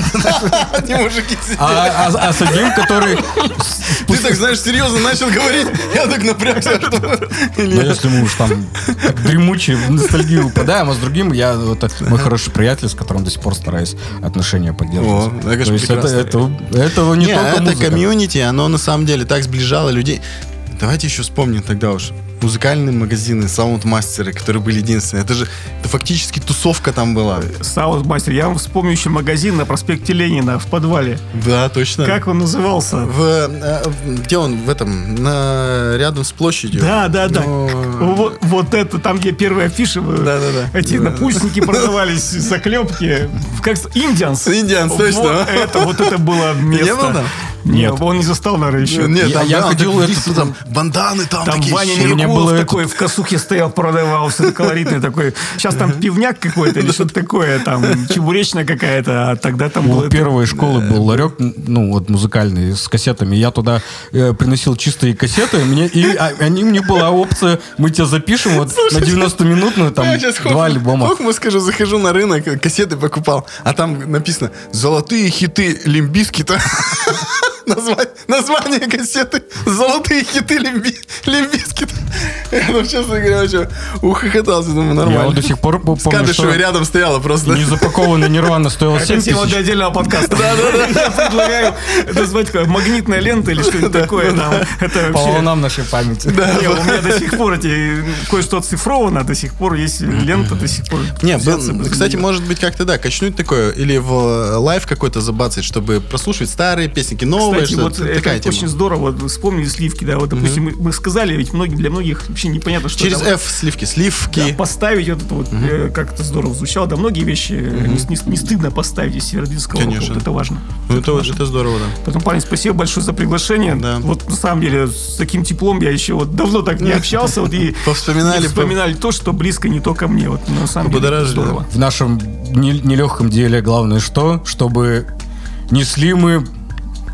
Мужики а, а, а с одним, который... Ты так, знаешь, серьезно начал говорить, я так напрягся, что... Ну, если мы уж там дремучие в ностальгию упадаем, а с другим я... Это мой хороший приятель, с которым до сих пор стараюсь отношения поддерживать. О, это, То есть это, это, это не, не только это музыка. Комьюнити, оно на самом деле так сближало людей. Давайте еще вспомним тогда уж. Музыкальные магазины, саундмастеры, которые были единственные. Это же это фактически тусовка там была. Саундмастер. Я вам вспомню еще магазин на проспекте Ленина в подвале. Да, точно. Как он назывался? В, где он? В этом, на, рядом с площадью. Да, да, да. Но... Вот, вот это, там, где первые афиши, да, да, да. эти да. напульсники продавались, заклепки. Как Индианс. Индианс, точно. Вот это, вот это было место. Не был там? Нет, он не застал, наверное, еще. Нет, там, я, да, я ходил, это, там банданы там, там такие. Ваня Меркулов такой это... в косухе стоял, продавался, колоритный такой. Сейчас там пивняк какой-то или что-то такое, там чебуречная какая-то, а тогда там был... У было... первой школы был ларек, ну, вот музыкальный, с кассетами. Я туда э, приносил чистые кассеты, мне, и а, они, мне была опция, мы тебя запишем вот на девяносто-минутную, там, два альбома. Сколько, скажу, захожу на рынок, кассеты покупал, а там написано «Золотые хиты Лимп Бизкита». Название, название кассеты «Золотые хиты Лимп Бизкита». Я, ну, честно говоря, вообще ухохотался, думаю, нормально. Я вот до сих пор помню, что... Кадышева рядом стояла просто. Незапакованная Нирвана стоила семь тысяч. Это тема для отдельного подкаста. Да-да-да. Я предлагаю назвать как магнитная лента или что-нибудь такое. По волнам нашей памяти. У меня до сих пор кое-что оцифровано, до сих пор есть лента, до сих пор. Не, кстати, может быть, как-то, да, качнуть такое, или в лайв какой-то забацать, чтобы прослушивать старые песенки, новые. Кстати, вот это очень здорово. Вспомнили сливки, да, вот, допустим, мы сказали, ведь многим, для многих вообще непонятно, что через F сливки, сливки. Поставить вот это вот, как это здорово звучало, да, многие вещи не стыдно поставить из Северодвинского рока, вот это важно. Это здорово, да. Поэтому, парень, спасибо большое за приглашение. Вот на самом деле с таким теплом я еще вот давно так не общался, вот и вспоминали то, что близко не только мне. Вот на самом деле здорово. В нашем нелегком деле главное что, чтобы несли мы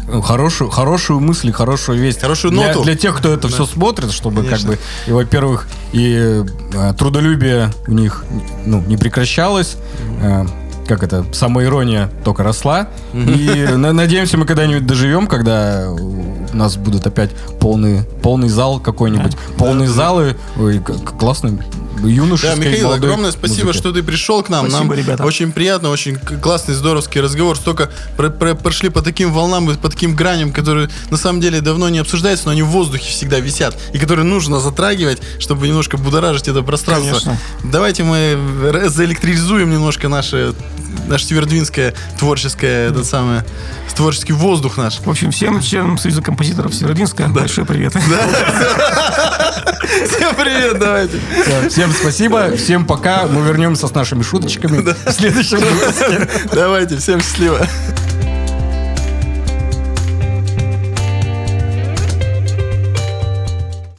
хорошую, хорошую мысль, хорошую весть. Хорошую для, ноту. Для тех, кто это Да. все смотрит, чтобы, Конечно. как бы, и, во-первых, и э, трудолюбие у них, ну, не прекращалось, э, как это, самоирония только росла. И на- надеемся, мы когда-нибудь доживем, когда у нас будут опять полный, полный зал какой-нибудь. Полные залы. Ой, к- классно. Юношеской, Да, Михаил, молодой огромное спасибо, музыки. что ты пришел к нам. Спасибо, нам ребята. очень приятно, очень к- классный, здоровский разговор. Столько про- про- прошли по таким волнам и по таким граням, которые на самом деле давно не обсуждаются, но они в воздухе всегда висят. И которые нужно затрагивать, чтобы немножко будоражить это пространство. Конечно. Давайте мы р- заэлектризуем немножко наше, наше северодвинское творческое, этот самый, творческий воздух наш. В общем, всем членам Союза композиторов Северодвинска большой привет. Всем привет, давайте. Всё, Всем спасибо, всем пока. Мы вернемся с нашими шуточками в следующем выпуске. Давайте, всем счастливо.